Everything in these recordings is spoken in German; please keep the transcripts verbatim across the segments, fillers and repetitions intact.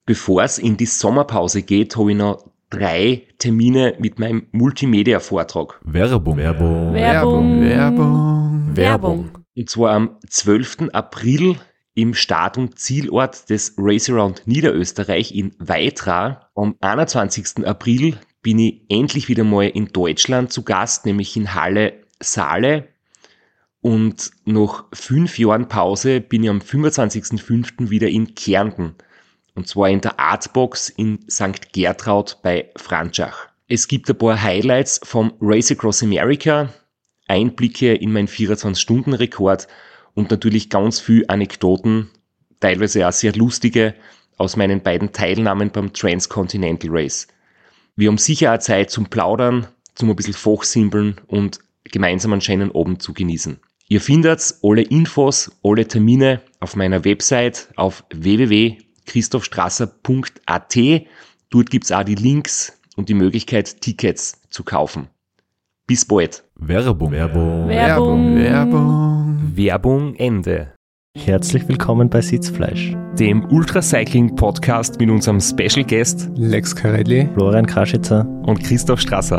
Bevor es in die Sommerpause geht, habe ich noch drei Termine mit meinem Multimedia-Vortrag. Werbung. Werbung. Werbung. Werbung. Werbung. Und zwar am zwölften April im Start- und Zielort des Race Around Niederösterreich in Weitra. Am einundzwanzigsten April bin ich endlich wieder mal in Deutschland zu Gast, nämlich in Halle Saale. Und nach fünf Jahren Pause bin ich am fünfundzwanzigsten fünften wieder in Kärnten. Und zwar in der Artbox in Sankt Gertraud bei Franschach. Es gibt ein paar Highlights vom Race Across America, Einblicke in meinen vierundzwanzig-Stunden-Rekord und natürlich ganz viele Anekdoten, teilweise auch sehr lustige, aus meinen beiden Teilnahmen beim Transcontinental Race. Wir haben sicher auch Zeit zum Plaudern, zum ein bisschen fachsimpeln und gemeinsam einen schönen Abend zu genießen. Ihr findet alle Infos, alle Termine auf meiner Website auf w w w punkt christoph strasser punkt a t. Dort gibt's auch die Links und die Möglichkeit, Tickets zu kaufen. Bis bald. Werbung. Werbung. Werbung. Werbung. Werbung Ende. Herzlich willkommen bei Sitzfleisch, Dem Ultracycling-Podcast mit unserem Special Guest Lex Carelli. Florian Kraschitzer. und Christoph Strasser.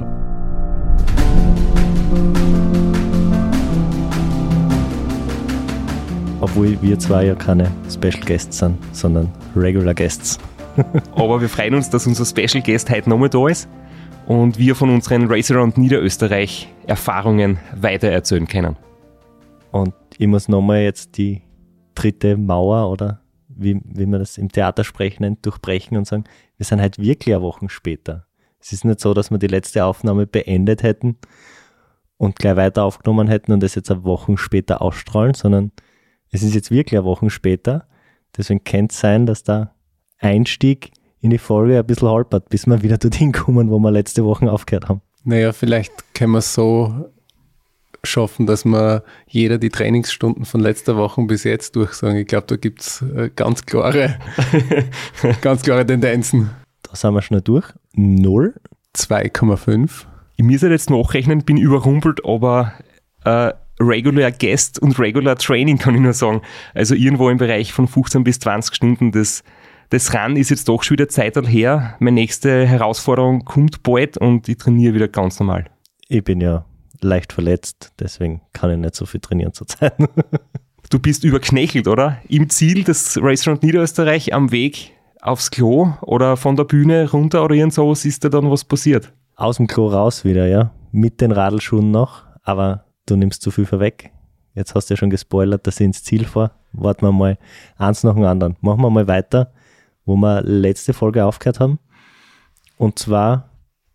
Obwohl wir zwei ja keine Special Guests sind, sondern Regular Guests. Aber wir freuen uns, dass unser Special Guest heute nochmal da ist und wir von unseren Race Around Niederösterreich Erfahrungen weiter erzählen können. Und ich muss nochmal jetzt die dritte Mauer oder wie, wie man das im Theatersprech nennt, durchbrechen und sagen, wir sind halt wirklich eine Woche später. Es ist nicht so, dass wir die letzte Aufnahme beendet hätten und gleich weiter aufgenommen hätten und das jetzt eine Woche später ausstrahlen, sondern es ist jetzt wirklich eine Woche später. Deswegen könnte es sein, dass der Einstieg in die Folge ein bisschen holpert, bis wir wieder dorthin kommen, wo wir letzte Woche aufgehört haben. Naja, vielleicht können wir es so schaffen, dass wir jeder die Trainingsstunden von letzter Woche bis jetzt durchsagen. Ich glaube, da gibt es ganz klare, ganz klare Tendenzen. Da sind wir schon durch. Null. zwei Komma fünf. Ich muss halt jetzt nachrechnen, bin überrumpelt, aber äh, Regular Guest und Regular Training kann ich nur sagen. Also irgendwo im Bereich von fünfzehn bis zwanzig Stunden. Das, das Rennen ist jetzt doch schon wieder Zeit her. Meine nächste Herausforderung kommt bald und ich trainiere wieder ganz normal. Ich bin ja leicht verletzt, deswegen kann ich nicht so viel trainieren zurzeit. Du bist überknechelt, oder? Im Ziel des Race Around Niederösterreich am Weg aufs Klo oder von der Bühne runter oder irgend sowas ist da dann was passiert? Aus dem Klo raus wieder, ja. Mit den Radlschuhen noch, aber du nimmst zu viel vorweg. Jetzt hast du ja schon gespoilert, dass ich ins Ziel fahre. Warten wir mal eins nach dem anderen. Machen wir mal weiter, wo wir letzte Folge aufgehört haben. Und zwar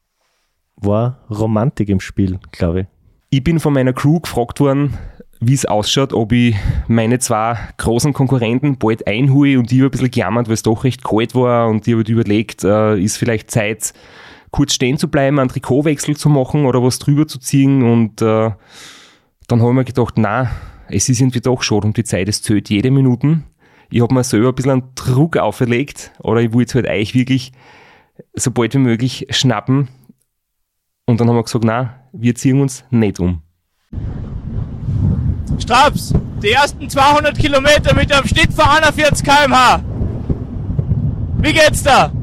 war Romantik im Spiel, glaube ich. Ich bin von meiner Crew gefragt worden, wie es ausschaut, ob ich meine zwei großen Konkurrenten bald einhole und ich habe ein bisschen gejammert, weil es doch recht kalt war und ich habe überlegt, äh, ist vielleicht Zeit, kurz stehen zu bleiben, einen Trikotwechsel zu machen oder was drüber zu ziehen und äh, dann habe ich mir gedacht, nein, es ist irgendwie doch schon um die Zeit, es zählt jede Minute. Ich habe mir selber ein bisschen einen Druck auferlegt oder ich wollte halt euch wirklich so bald wie möglich schnappen und dann haben wir gesagt, nein, wir ziehen uns nicht um. Straps, die ersten zweihundert Kilometer mit einem Schnitt von einundvierzig Kilometer pro Stunde. Wie geht's da?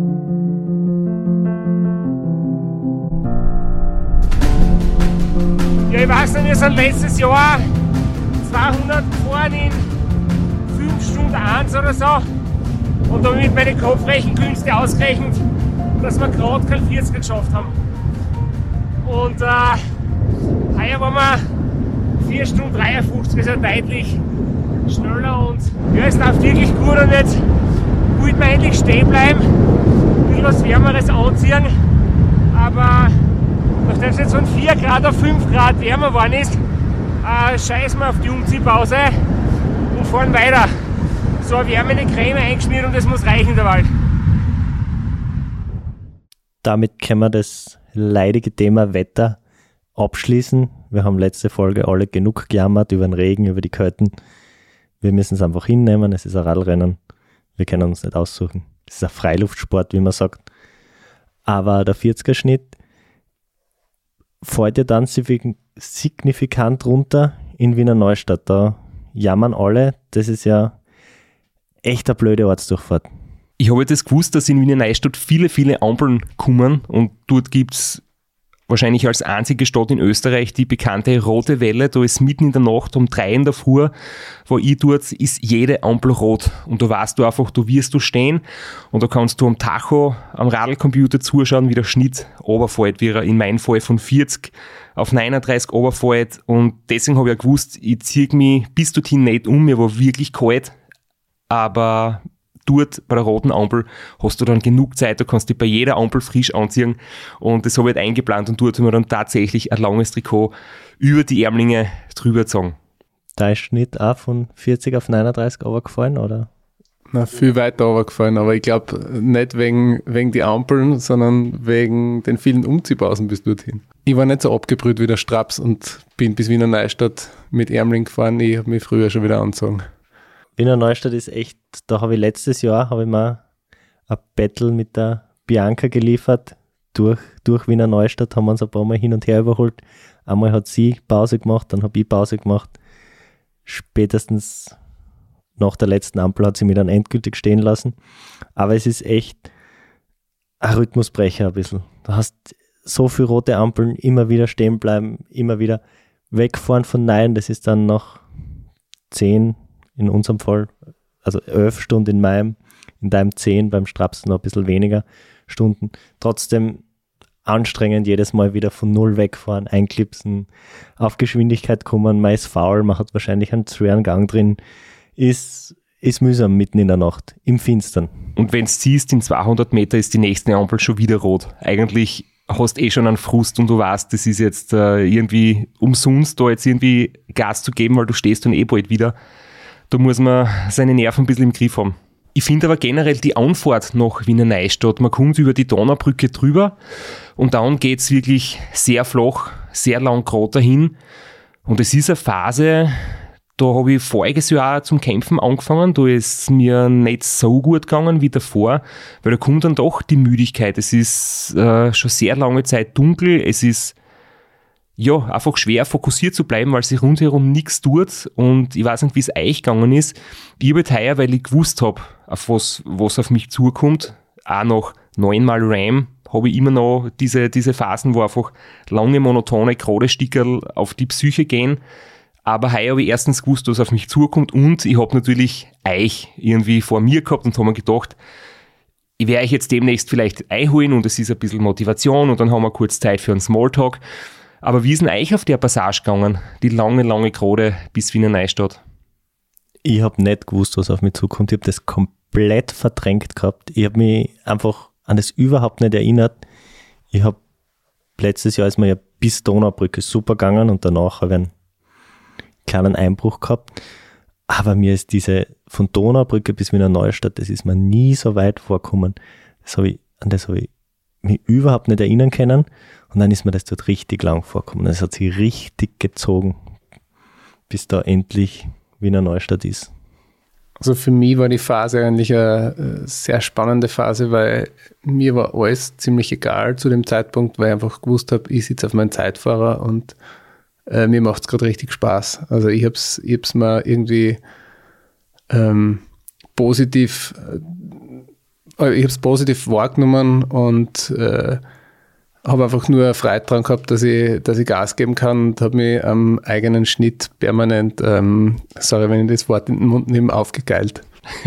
Ja, ich weiß nicht, wir sind letztes Jahr zweihundert gefahren in fünf Stunden eins oder so. Und da habe ich mit meinen Kopfrechenkünsten ausgerechnet, dass wir gerade kein vierziger geschafft haben. Und äh, heuer waren wir vier Stunden dreiundfünfzig, also deutlich schneller. Und ja, es läuft wirklich gut und jetzt wollten wir endlich stehen bleiben, ein bisschen was Wärmeres anziehen. Aber nachdem es jetzt von vier Grad auf fünf Grad wärmer geworden ist, äh, scheißen wir auf die Umziehpause und fahren weiter. So eine wärmende Creme eingeschmiert und das muss reichen derweil. Damit können wir das leidige Thema Wetter abschließen. Wir haben letzte Folge alle genug gejammert über den Regen, über die Kälte. Wir müssen es einfach hinnehmen, es ist ein Radlrennen. Wir können uns nicht aussuchen. Es ist ein Freiluftsport, wie man sagt. Aber der vierziger-Schnitt fällt ja dann signifikant runter in Wiener Neustadt. Da jammern alle, das ist ja echt eine blöde Ortsdurchfahrt. Ich habe jetzt gewusst, dass in Wiener Neustadt viele, viele Ampeln kommen und dort gibt es wahrscheinlich als einzige Stadt in Österreich die bekannte Rote Welle. Da ist mitten in der Nacht um drei in der Früh, wo ich dort, ist jede Ampel rot. Und da weißt du einfach, da wirst du stehen und da kannst du am Tacho, am Radlcomputer zuschauen, wie der Schnitt runterfällt, wie er in meinem Fall von vierzig auf neununddreißig runterfällt. Und deswegen habe ich ja gewusst, ich ziehe mich bis dorthin nicht um, mir war wirklich kalt, aber dort bei der roten Ampel hast du dann genug Zeit, du kannst dich bei jeder Ampel frisch anziehen und das habe ich halt eingeplant und dort haben wir dann tatsächlich ein langes Trikot über die Ärmlinge drüber gezogen. Da ist Schnitt auch von vierzig auf neununddreißig runtergefallen, oder? Na, viel weiter runtergefallen, aber ich glaube nicht wegen, wegen die Ampeln, sondern wegen den vielen Umziehpausen bis dorthin. Ich war nicht so abgebrüht wie der Straps und bin bis Wiener Neustadt mit Ärmling gefahren, ich habe mich früher schon wieder angezogen. Wiener Neustadt ist echt, da habe ich letztes Jahr, habe ich mir ein Battle mit der Bianca geliefert, durch, durch Wiener Neustadt, haben wir uns ein paar Mal hin und her überholt. Einmal hat sie Pause gemacht, dann habe ich Pause gemacht. Spätestens nach der letzten Ampel hat sie mich dann endgültig stehen lassen. Aber es ist echt ein Rhythmusbrecher ein bisschen. Du hast so viele rote Ampeln, immer wieder stehen bleiben, immer wieder wegfahren von Nein, das ist dann noch zehn, in unserem Fall, also elf Stunden in meinem, in deinem zehn, beim Straps noch ein bisschen weniger Stunden. Trotzdem anstrengend, jedes Mal wieder von null wegfahren, einklipsen, auf Geschwindigkeit kommen, man ist faul, man hat wahrscheinlich einen schweren Gang drin, ist, ist mühsam mitten in der Nacht, im Finstern. Und wenn du siehst, in zweihundert Meter ist die nächste Ampel schon wieder rot. Eigentlich hast eh schon einen Frust und du weißt, das ist jetzt äh, irgendwie umsonst, da jetzt irgendwie Gas zu geben, weil du stehst dann eh bald wieder. Da muss man seine Nerven ein bisschen im Griff haben. Ich finde aber generell die Anfahrt nach Wiener Neustadt, man kommt über die Donaubrücke drüber und dann geht es wirklich sehr flach, sehr lang gerade dahin. Und es ist eine Phase, da habe ich voriges Jahr auch zum Kämpfen angefangen, da ist mir nicht so gut gegangen wie davor, weil da kommt dann doch die Müdigkeit. Es ist äh, schon sehr lange Zeit dunkel, es ist ja, einfach schwer fokussiert zu bleiben, weil sich rundherum nichts tut und ich weiß nicht, wie es euch gegangen ist. Ich habe halt heuer, weil ich gewusst habe, auf was, was auf mich zukommt, auch nach neunmal Ram habe ich immer noch diese, diese Phasen, wo einfach lange, monotone, gerade Stickerl auf die Psyche gehen. Aber heuer habe ich erstens gewusst, was auf mich zukommt und ich habe natürlich euch irgendwie vor mir gehabt und habe mir gedacht, ich werde euch jetzt demnächst vielleicht einholen und es ist ein bisschen Motivation und dann haben wir kurz Zeit für einen Smalltalk. Aber wie ist denn euch auf der Passage gegangen, die lange, lange Gerade bis Wiener Neustadt? Ich habe nicht gewusst, was auf mich zukommt. Ich habe das komplett verdrängt gehabt. Ich habe mich einfach an das überhaupt nicht erinnert. Ich habe letztes Jahr ist mir ja bis Donaubrücke super gegangen und danach habe ich einen kleinen Einbruch gehabt. Aber mir ist diese von Donaubrücke bis Wiener Neustadt, das ist mir nie so weit vorgekommen. Das habe ich, an das habe ich mich überhaupt nicht erinnern können. Und dann ist mir das dort richtig lang vorgekommen. Es hat sich richtig gezogen, bis da endlich Wiener Neustadt ist. Also für mich war die Phase eigentlich eine sehr spannende Phase, weil mir war alles ziemlich egal zu dem Zeitpunkt, weil ich einfach gewusst habe, ich sitze auf meinem Zeitfahrer und äh, mir macht es gerade richtig Spaß. Also ich habe es ich hab's mir irgendwie ähm, positiv, äh, ich habe es positiv wahrgenommen und äh, habe einfach nur Freude dran gehabt, dass ich, dass ich Gas geben kann und habe mich am eigenen Schnitt permanent, ähm, sorry, wenn ich das Wort in den Mund nehme, aufgegeilt.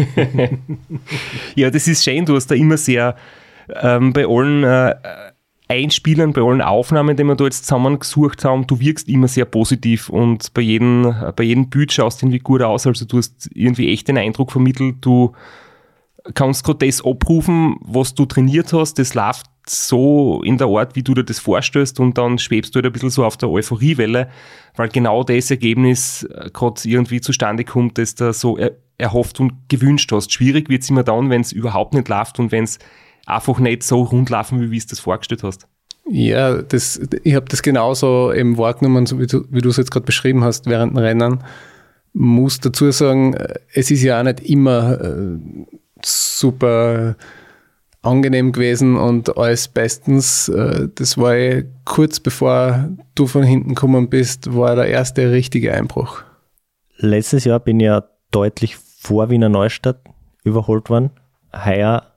Ja, das ist schön, du hast da immer sehr ähm, bei allen äh, Einspielern, bei allen Aufnahmen, die wir da jetzt zusammengesucht haben, du wirkst immer sehr positiv und bei jedem, bei jedem Bild schaust du irgendwie gut aus, also du hast irgendwie echt den Eindruck vermittelt, du kannst gerade das abrufen, was du trainiert hast, das läuft so in der Art, wie du dir das vorstellst und dann schwebst du halt ein bisschen so auf der Euphoriewelle, weil genau das Ergebnis gerade irgendwie zustande kommt, das du so er- erhofft und gewünscht hast. Schwierig wird es immer dann, wenn es überhaupt nicht läuft und wenn es einfach nicht so rund laufen, wie du es das vorgestellt hast. Ja, das, ich habe das genauso eben wahrgenommen, so wie du, wie du es jetzt gerade beschrieben hast, während dem Rennen. Muss dazu sagen, es ist ja auch nicht immer äh, super angenehm gewesen und alles bestens. Das war eh kurz bevor du von hinten gekommen bist, war der erste richtige Einbruch. Letztes Jahr bin ich ja deutlich vor Wiener Neustadt überholt worden. Heuer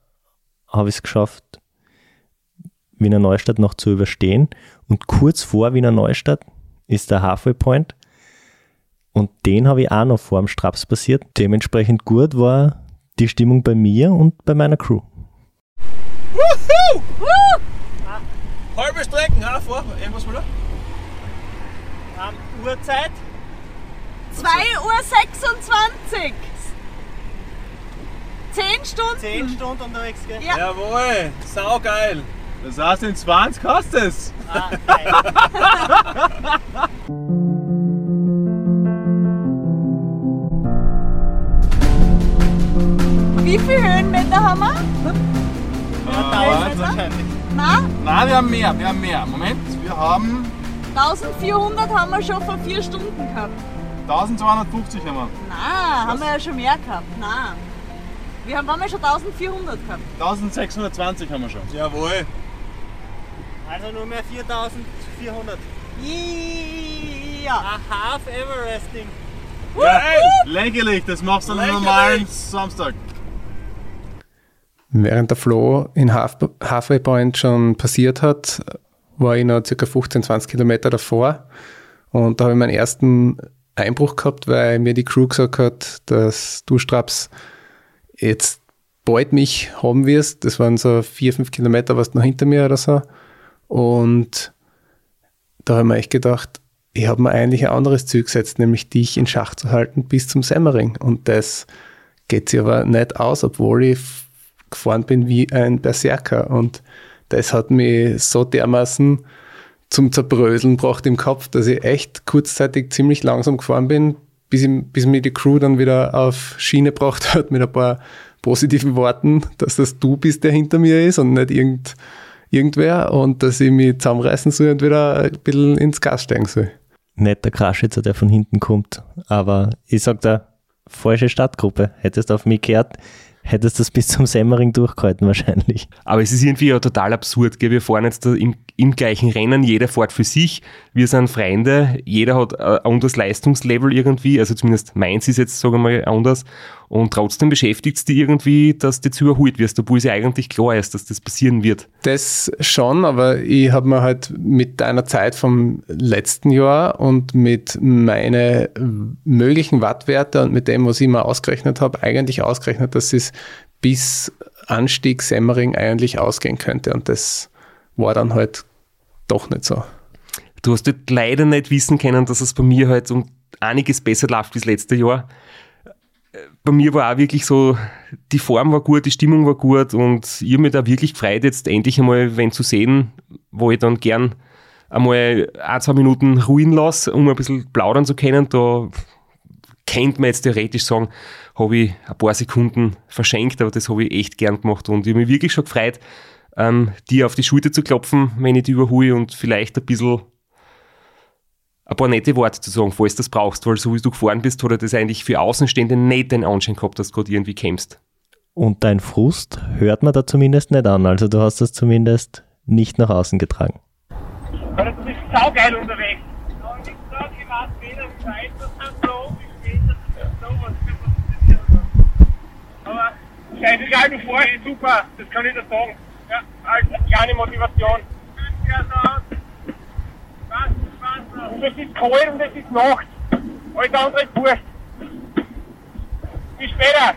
habe ich es geschafft, Wiener Neustadt noch zu überstehen. Und kurz vor Wiener Neustadt ist der Halfway Point. Und den habe ich auch noch vor dem Straps passiert. Dementsprechend gut war die Stimmung bei mir und bei meiner Crew. Wuhu! Woo! Ah. Halbe Strecken, ha, vor. Irgendwas wieder? Um, Uhrzeit? zwei Uhr sechsundzwanzig. Zehn Stunden. Zehn Stunden unterwegs, gell? Ja. Jawohl, saugeil. Das heißt, in zwanzig hast du es. Ah, nein. Wie viele Höhenmeter haben wir? Ja, tausend wahrscheinlich. Nein, Nein, wir haben mehr, wir haben mehr. Moment, wir haben eintausendvierhundert haben wir schon vor vier Stunden gehabt. eintausendzweihundertfünfzig haben wir. Nein, haben wir ja schon mehr gehabt. Nein. Wir haben, haben wir schon eintausendvierhundert gehabt. eintausendsechshundertzwanzig haben wir schon. Jawohl. Also nur mehr viertausendvierhundert. Ja. A half Everesting. Ja, lächerlich, das machst du an einem normalen Samstag. Während der Flo in Half- Halfway Point schon passiert hat, war ich noch ca. fünfzehn, zwanzig Kilometer davor. Und da habe ich meinen ersten Einbruch gehabt, weil mir die Crew gesagt hat, dass du, Straps, jetzt bald mich haben wirst. Das waren so vier, fünf Kilometer, was noch hinter mir oder so. Und da habe ich mir echt gedacht, ich habe mir eigentlich ein anderes Ziel gesetzt, nämlich dich in Schach zu halten bis zum Semmering. Und das geht sich aber nicht aus, obwohl ich f- gefahren bin wie ein Berserker. Und das hat mich so dermaßen zum Zerbröseln gebracht im Kopf, dass ich echt kurzzeitig ziemlich langsam gefahren bin, bis, ich, bis mir die Crew dann wieder auf Schiene gebracht hat mit ein paar positiven Worten, dass das du bist, der hinter mir ist und nicht irgend, irgendwer, und dass ich mich zusammenreißen soll und wieder ein bisschen ins Gas steigen soll. Nicht der Kraschitzer, der von hinten kommt, aber ich sag da, falsche Startgruppe. Hättest du auf mich gehört, hättest du das bis zum Semmering durchgehalten wahrscheinlich. Aber es ist irgendwie ja total absurd, gell? Wir fahren jetzt da im, im gleichen Rennen, jeder fährt für sich, wir sind Freunde, jeder hat ein anderes Leistungslevel irgendwie, also zumindest meins ist jetzt, sagen wir mal, anders, und trotzdem beschäftigt es dich irgendwie, dass du jetzt überholt wirst, obwohl es ja eigentlich klar ist, dass das passieren wird. Das schon, aber ich habe mir halt mit deiner Zeit vom letzten Jahr und mit meinen möglichen Wattwerte und mit dem, was ich mir ausgerechnet habe, eigentlich ausgerechnet, dass es bis Anstieg Semmering eigentlich ausgehen könnte, und das war dann halt doch nicht so. Du hast halt leider nicht wissen können, dass es bei mir halt um einiges besser läuft wie das letzte Jahr. Bei mir war auch wirklich so, die Form war gut, die Stimmung war gut, und ich habe mich da wirklich gefreut, jetzt endlich einmal wen zu sehen, wo ich dann gern einmal ein, zwei Minuten ruhen lasse, um ein bisschen plaudern zu können. Da könnte man jetzt theoretisch sagen, habe ich ein paar Sekunden verschenkt, aber das habe ich echt gern gemacht, und ich habe mich wirklich schon gefreut, ähm, dir auf die Schulter zu klopfen, wenn ich dich überhole, und vielleicht ein bisschen ein paar nette Worte zu sagen, falls du das brauchst, weil so wie du gefahren bist, hat er das eigentlich für Außenstehende nicht den Anschein gehabt, dass du gerade irgendwie kämpfst. Und dein Frust hört man da zumindest nicht an, also du hast das zumindest nicht nach außen getragen. Weil du bist saugeil unterwegs. Und ich sag, ich weiß weder, wie weit das ist, so, wie spät das ist, so, was für was. Aber scheißegal, du fährst super, das kann ich dir sagen. Ja, als kleine Motivation. Ja, so. Was, was, und es ist kalt und es ist Nacht. Alles andere ist wurscht. Bis später.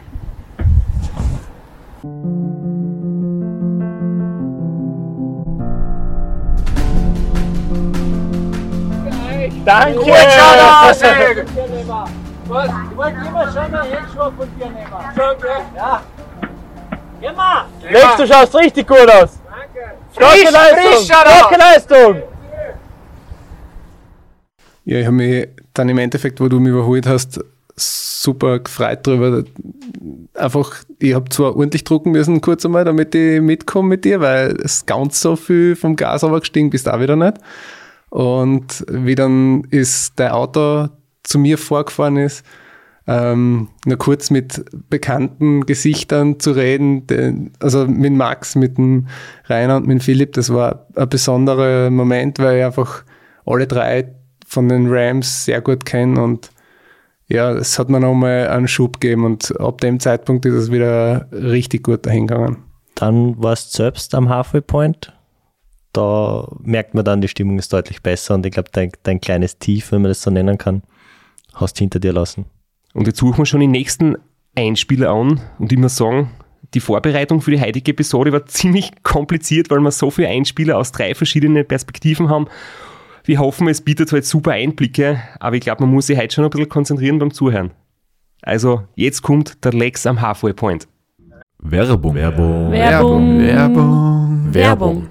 Danke! Gut, was? Ich wollte immer schon einen Handschuh von dir nehmen. Schon, gell? Ja. Immer! Lex, du schaust richtig gut aus. Danke! Starke Leistung! Starke Leistung! Ja, ich habe mich dann im Endeffekt, wo du mich überholt hast, super gefreut drüber. Einfach, ich habe zwar ordentlich drucken müssen, kurz einmal, damit ich mitkomme mit dir, weil es ganz so viel vom Gas aber gestiegen bist, auch wieder nicht. Und wie dann ist dein Auto zu mir vorgefahren ist, ähm, nur kurz mit bekannten Gesichtern zu reden, den, also mit Max, mit dem Rainer und mit dem Philipp, das war ein besonderer Moment, weil ich einfach alle drei von den Rams sehr gut kenne, und ja, es hat mir nochmal einen Schub gegeben, und ab dem Zeitpunkt ist es wieder richtig gut dahin gegangen. Dann warst du selbst am Halfway Point. Da merkt man dann, die Stimmung ist deutlich besser und ich glaube, dein, dein kleines Tief, wenn man das so nennen kann, hast du hinter dir lassen. Und jetzt suchen wir schon den nächsten Einspieler an und ich muss sagen, die Vorbereitung für die heutige Episode war ziemlich kompliziert, weil wir so viele Einspieler aus drei verschiedenen Perspektiven haben. Wir hoffen, es bietet halt super Einblicke, aber ich glaube, man muss sich heute schon ein bisschen konzentrieren beim Zuhören. Also, jetzt kommt der Lex am Halfway Point. Werbung. Werbung. Werbung. Werbung. Werbung.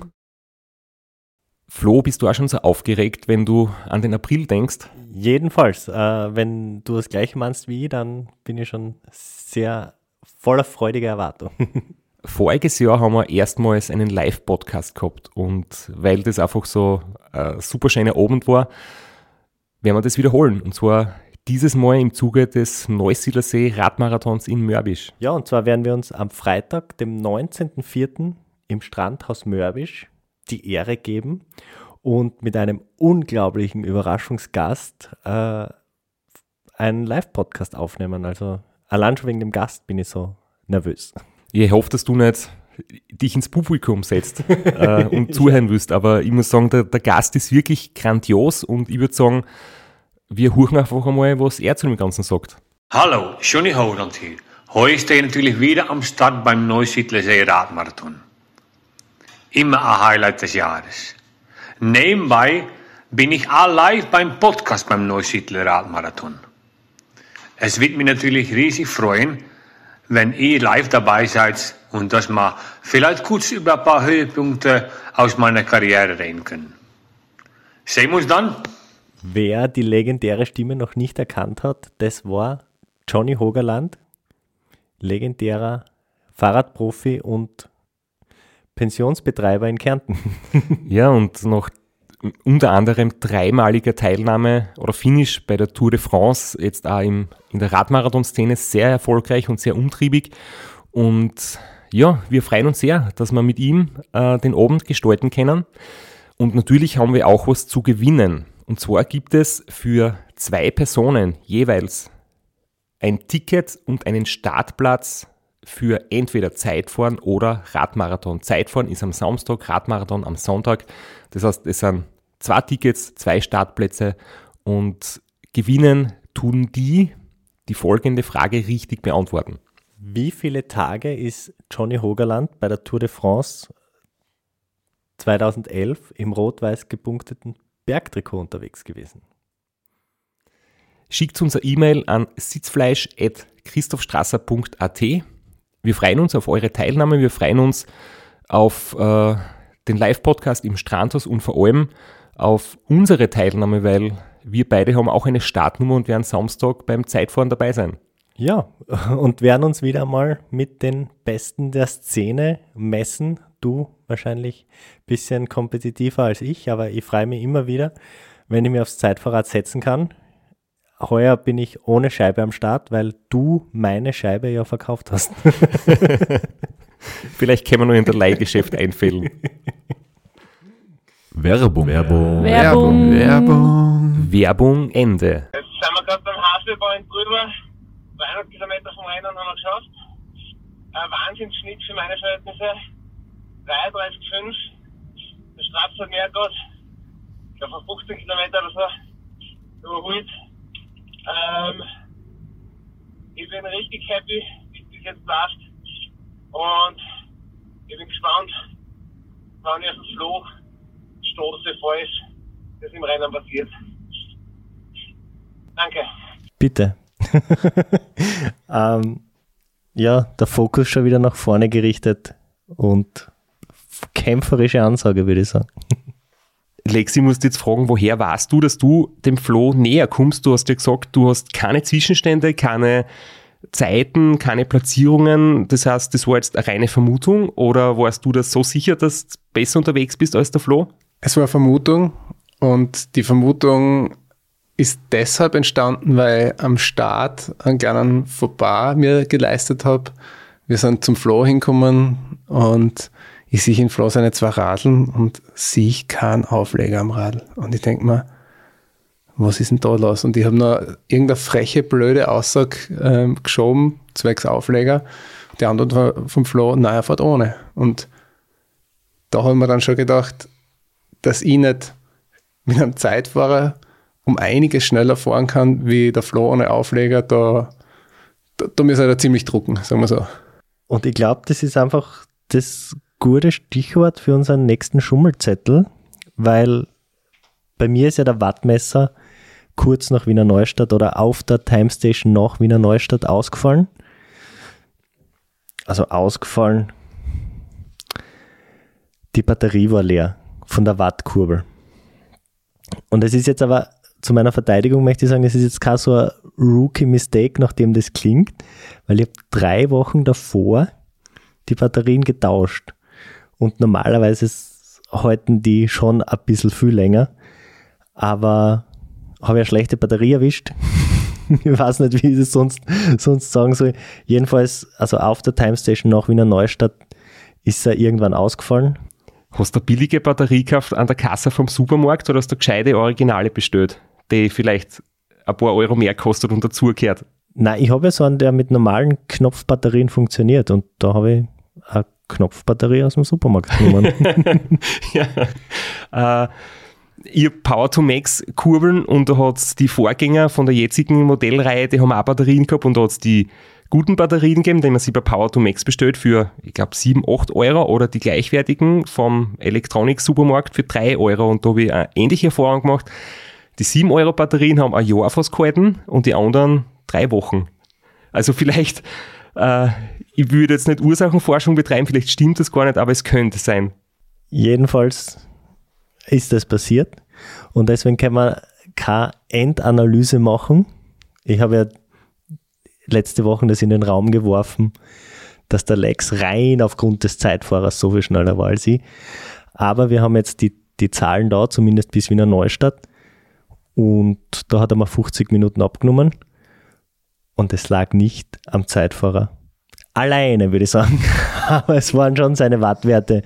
Flo, bist du auch schon so aufgeregt, wenn du an den April denkst? Jedenfalls, äh, wenn du das Gleiche meinst wie ich, dann bin ich schon sehr voller freudiger Erwartung. Voriges Jahr haben wir erstmals einen Live-Podcast gehabt und weil das einfach so ein super schöner Abend war, werden wir das wiederholen. Und zwar dieses Mal im Zuge des Neusiedlersee Radmarathons in Mörbisch. Ja, und zwar werden wir uns am Freitag, dem neunzehnten vierten im Strandhaus Mörbisch die Ehre geben und mit einem unglaublichen Überraschungsgast äh, einen Live-Podcast aufnehmen. Also allein schon wegen dem Gast bin ich so nervös. Ich hoffe, dass du nicht dich ins Publikum setzt äh, und zuhören willst, aber ich muss sagen, der, der Gast ist wirklich grandios und ich würde sagen, wir hören einfach einmal, was er zu dem Ganzen sagt. Hallo, Johnny Hogeland hier. Heute stehe ich natürlich wieder am Start beim Neusiedlersee Radmarathon. Immer ein Highlight des Jahres. Nebenbei bin ich auch live beim Podcast beim Neusiedler Radmarathon. Es wird mich natürlich riesig freuen, wenn ihr live dabei seid und dass wir vielleicht kurz über ein paar Höhepunkte aus meiner Karriere reden können. Sehen wir uns dann. Wer die legendäre Stimme noch nicht erkannt hat, das war Johnny Hogeland, legendärer Fahrradprofi und Pensionsbetreiber in Kärnten. Ja, und noch unter anderem dreimaliger Teilnahme oder Finish bei der Tour de France, jetzt auch im, in der Radmarathon-Szene sehr erfolgreich und sehr umtriebig. Und ja, wir freuen uns sehr, dass wir mit ihm äh, den Abend gestalten können. Und natürlich haben wir auch was zu gewinnen. Und zwar gibt es für zwei Personen jeweils ein Ticket und einen Startplatz für entweder Zeitfahren oder Radmarathon. Zeitfahren ist am Samstag, Radmarathon am Sonntag. Das heißt, es sind zwei Tickets, zwei Startplätze und gewinnen tun die, die folgende Frage richtig beantworten. Wie viele Tage ist Johnny Hogeland bei der Tour de France zweitausendelf im rot-weiß gepunkteten Bergtrikot unterwegs gewesen? Schickt uns eine E-Mail an sitzfleisch at christophstrasser punkt a t. Wir freuen uns auf eure Teilnahme, wir freuen uns auf äh, den Live-Podcast im Strandhaus und vor allem auf unsere Teilnahme, weil wir beide haben auch eine Startnummer und werden Samstag beim Zeitfahren dabei sein. Ja, und werden uns wieder mal mit den Besten der Szene messen. Du wahrscheinlich ein bisschen kompetitiver als ich, aber ich freue mich immer wieder, wenn ich mich aufs Zeitfahrrad setzen kann. Heuer bin ich ohne Scheibe am Start, weil du meine Scheibe ja verkauft hast. Vielleicht können wir noch in der Leihgeschäft einfällen. Werbung. Werbung. Werbung. Werbung. Werbung Ende. Jetzt sind wir gerade beim Halfway Point drüber. zweihundert Kilometer vom Rennen haben wir geschafft. Ein Wahnsinnsschnitt für meine Verhältnisse. dreiunddreißig Komma fünf. Der Straps hat mehr gehabt. Ich glaube, von fünfzehn Kilometer oder so überholt. Ähm, ich bin richtig happy, wie es bis jetzt läuft. Und ich bin gespannt, wann ich auf den Floh stoße, falls das im Rennen passiert. Danke. Bitte. ähm, ja, der Fokus schon wieder nach vorne gerichtet und kämpferische Ansage, würde ich sagen. Lexi, musst jetzt fragen, woher weißt du, dass du dem Flo näher kommst? Du hast ja gesagt, du hast keine Zwischenstände, keine Zeiten, keine Platzierungen. Das heißt, das war jetzt eine reine Vermutung oder warst du das so sicher, dass du besser unterwegs bist als der Flo? Es war eine Vermutung und die Vermutung ist deshalb entstanden, weil am Start einen kleinen Fauxpas mir geleistet habe. Wir sind zum Flo hingekommen und ich sehe in Flo seine zwei Radeln und sehe keinen Aufleger am Radl. Und ich denke mir, was ist denn da los? Und ich habe noch irgendeine freche, blöde Aussage ähm, geschoben, zwecks Aufleger. die Antwort vom Flo, nein, er fährt ohne. Und da haben wir dann schon gedacht, dass ich nicht mit einem Zeitfahrer um einiges schneller fahren kann, wie der Flo ohne Aufleger, da, da, da müssen wir ziemlich drucken, sagen wir so. Und ich glaube, das ist einfach das gute Stichwort für unseren nächsten Schummelzettel, weil bei mir ist ja der Wattmesser kurz nach Wiener Neustadt oder auf der Timestation nach Wiener Neustadt ausgefallen. Also ausgefallen. Die Batterie war leer von der Wattkurbel. Und es ist jetzt aber, zu meiner Verteidigung möchte ich sagen, es ist jetzt kein so ein Rookie-Mistake, nachdem das klingt, weil ich habe drei Wochen davor die Batterien getauscht. Und normalerweise halten die schon ein bisschen viel länger. Aber habe ich eine schlechte Batterie erwischt. Ich weiß nicht, wie ich das sonst, sonst sagen soll. Jedenfalls, also auf der Timestation nach Wiener Neustadt ist er irgendwann ausgefallen. Hast du eine billige Batterie gekauft an der Kasse vom Supermarkt oder hast du gescheite Originale bestellt, die vielleicht ein paar Euro mehr kostet und dazugehört? Nein, ich habe ja so einen, der mit normalen Knopfbatterien funktioniert und da habe ich eine Knopfbatterie aus dem Supermarkt genommen. ja. Äh, ich habe Power to Max Kurbeln und da hat es die Vorgänger von der jetzigen Modellreihe, die haben auch Batterien gehabt und da hat es die guten Batterien gegeben, die man sich bei Power to Max bestellt für, ich glaube, sieben, acht Euro oder die gleichwertigen vom Elektronik-Supermarkt für drei Euro und da habe ich eine ähnliche Erfahrung gemacht. Die sieben Euro Batterien haben ein Jahr fast gehalten und die anderen drei Wochen. Also vielleicht, äh, ich würde jetzt nicht Ursachenforschung betreiben, vielleicht stimmt das gar nicht, aber es könnte sein. Jedenfalls ist das passiert und deswegen kann man keine Endanalyse machen. Ich habe ja letzte Woche das in den Raum geworfen, dass der Lex rein aufgrund des Zeitfahrers so viel schneller war als ich. Aber wir haben jetzt die, die Zahlen da, zumindest bis Wiener Neustadt. Und da hat er mal fünfzig Minuten abgenommen. Und es lag nicht am Zeitfahrer. Alleine, würde ich sagen. Aber es waren schon seine Wattwerte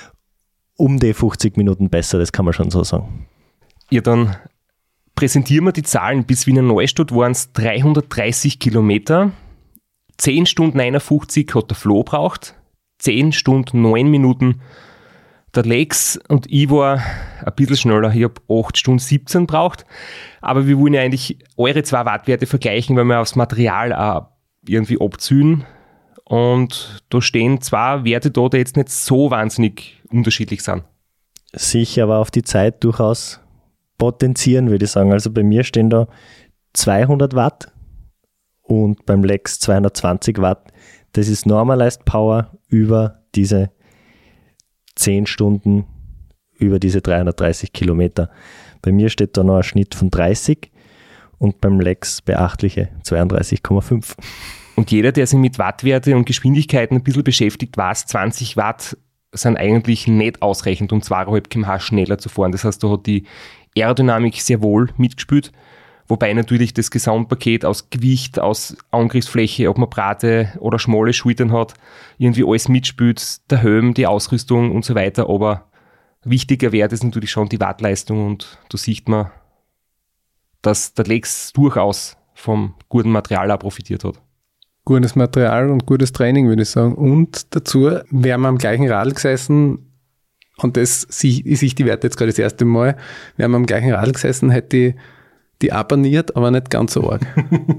um die fünfzig Minuten besser, das kann man schon so sagen. Ja, dann präsentieren wir die Zahlen. Bis Wiener Neustadt waren es dreihundertdreißig Kilometer. zehn Stunden einundfünfzig hat der Flo braucht. zehn Stunden neun Minuten der Lex und ich war ein bisschen schneller. Ich habe acht Stunden siebzehn braucht. Aber wir wollen ja eigentlich eure zwei Wattwerte vergleichen, weil wir aufs Material auch irgendwie abziehen. Und da stehen zwei Werte da, die jetzt nicht so wahnsinnig unterschiedlich sind. Sicher, aber auf die Zeit durchaus potenzieren, würde ich sagen. Also bei mir stehen da zweihundert Watt und beim Lex zweihundertzwanzig Watt. Das ist Normalized Power über diese zehn Stunden, über diese dreihundertdreißig Kilometer. Bei mir steht da noch ein Schnitt von dreißig und beim Lex beachtliche zweiunddreißig Komma fünf. Und jeder, der sich mit Wattwerte und Geschwindigkeiten ein bisschen beschäftigt, weiß, zwanzig Watt sind eigentlich nicht ausreichend, um zwei Komma fünf Kilometer pro Stunde schneller zu fahren. Das heißt, da hat die Aerodynamik sehr wohl mitgespielt, wobei natürlich das Gesamtpaket aus Gewicht, aus Angriffsfläche, ob man breite oder schmale Schultern hat, irgendwie alles mitspielt, der Helm, die Ausrüstung und so weiter. Aber wichtiger Wert ist natürlich schon die Wattleistung und da sieht man, dass der Lex durchaus vom guten Material auch profitiert hat. Gutes Material und gutes Training, würde ich sagen. Und dazu wären wir am gleichen Radl gesessen, und das sehe ich die Werte jetzt gerade das erste Mal, wären wir am gleichen Radl gesessen, hätte ich die abonniert, aber nicht ganz so arg.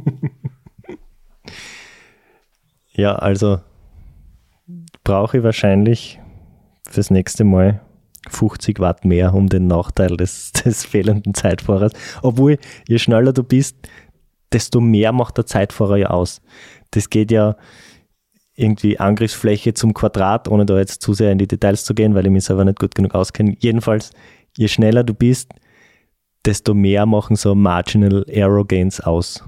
Ja, also brauche ich wahrscheinlich fürs nächste Mal fünfzig Watt mehr um den Nachteil des, des fehlenden Zeitfahrers. Obwohl, je schneller du bist, desto mehr macht der Zeitfahrer ja aus. Das geht ja irgendwie Angriffsfläche zum Quadrat, ohne da jetzt zu sehr in die Details zu gehen, weil ich mich selber nicht gut genug auskenne. Jedenfalls, je schneller du bist, desto mehr machen so Marginal Aero Gains aus.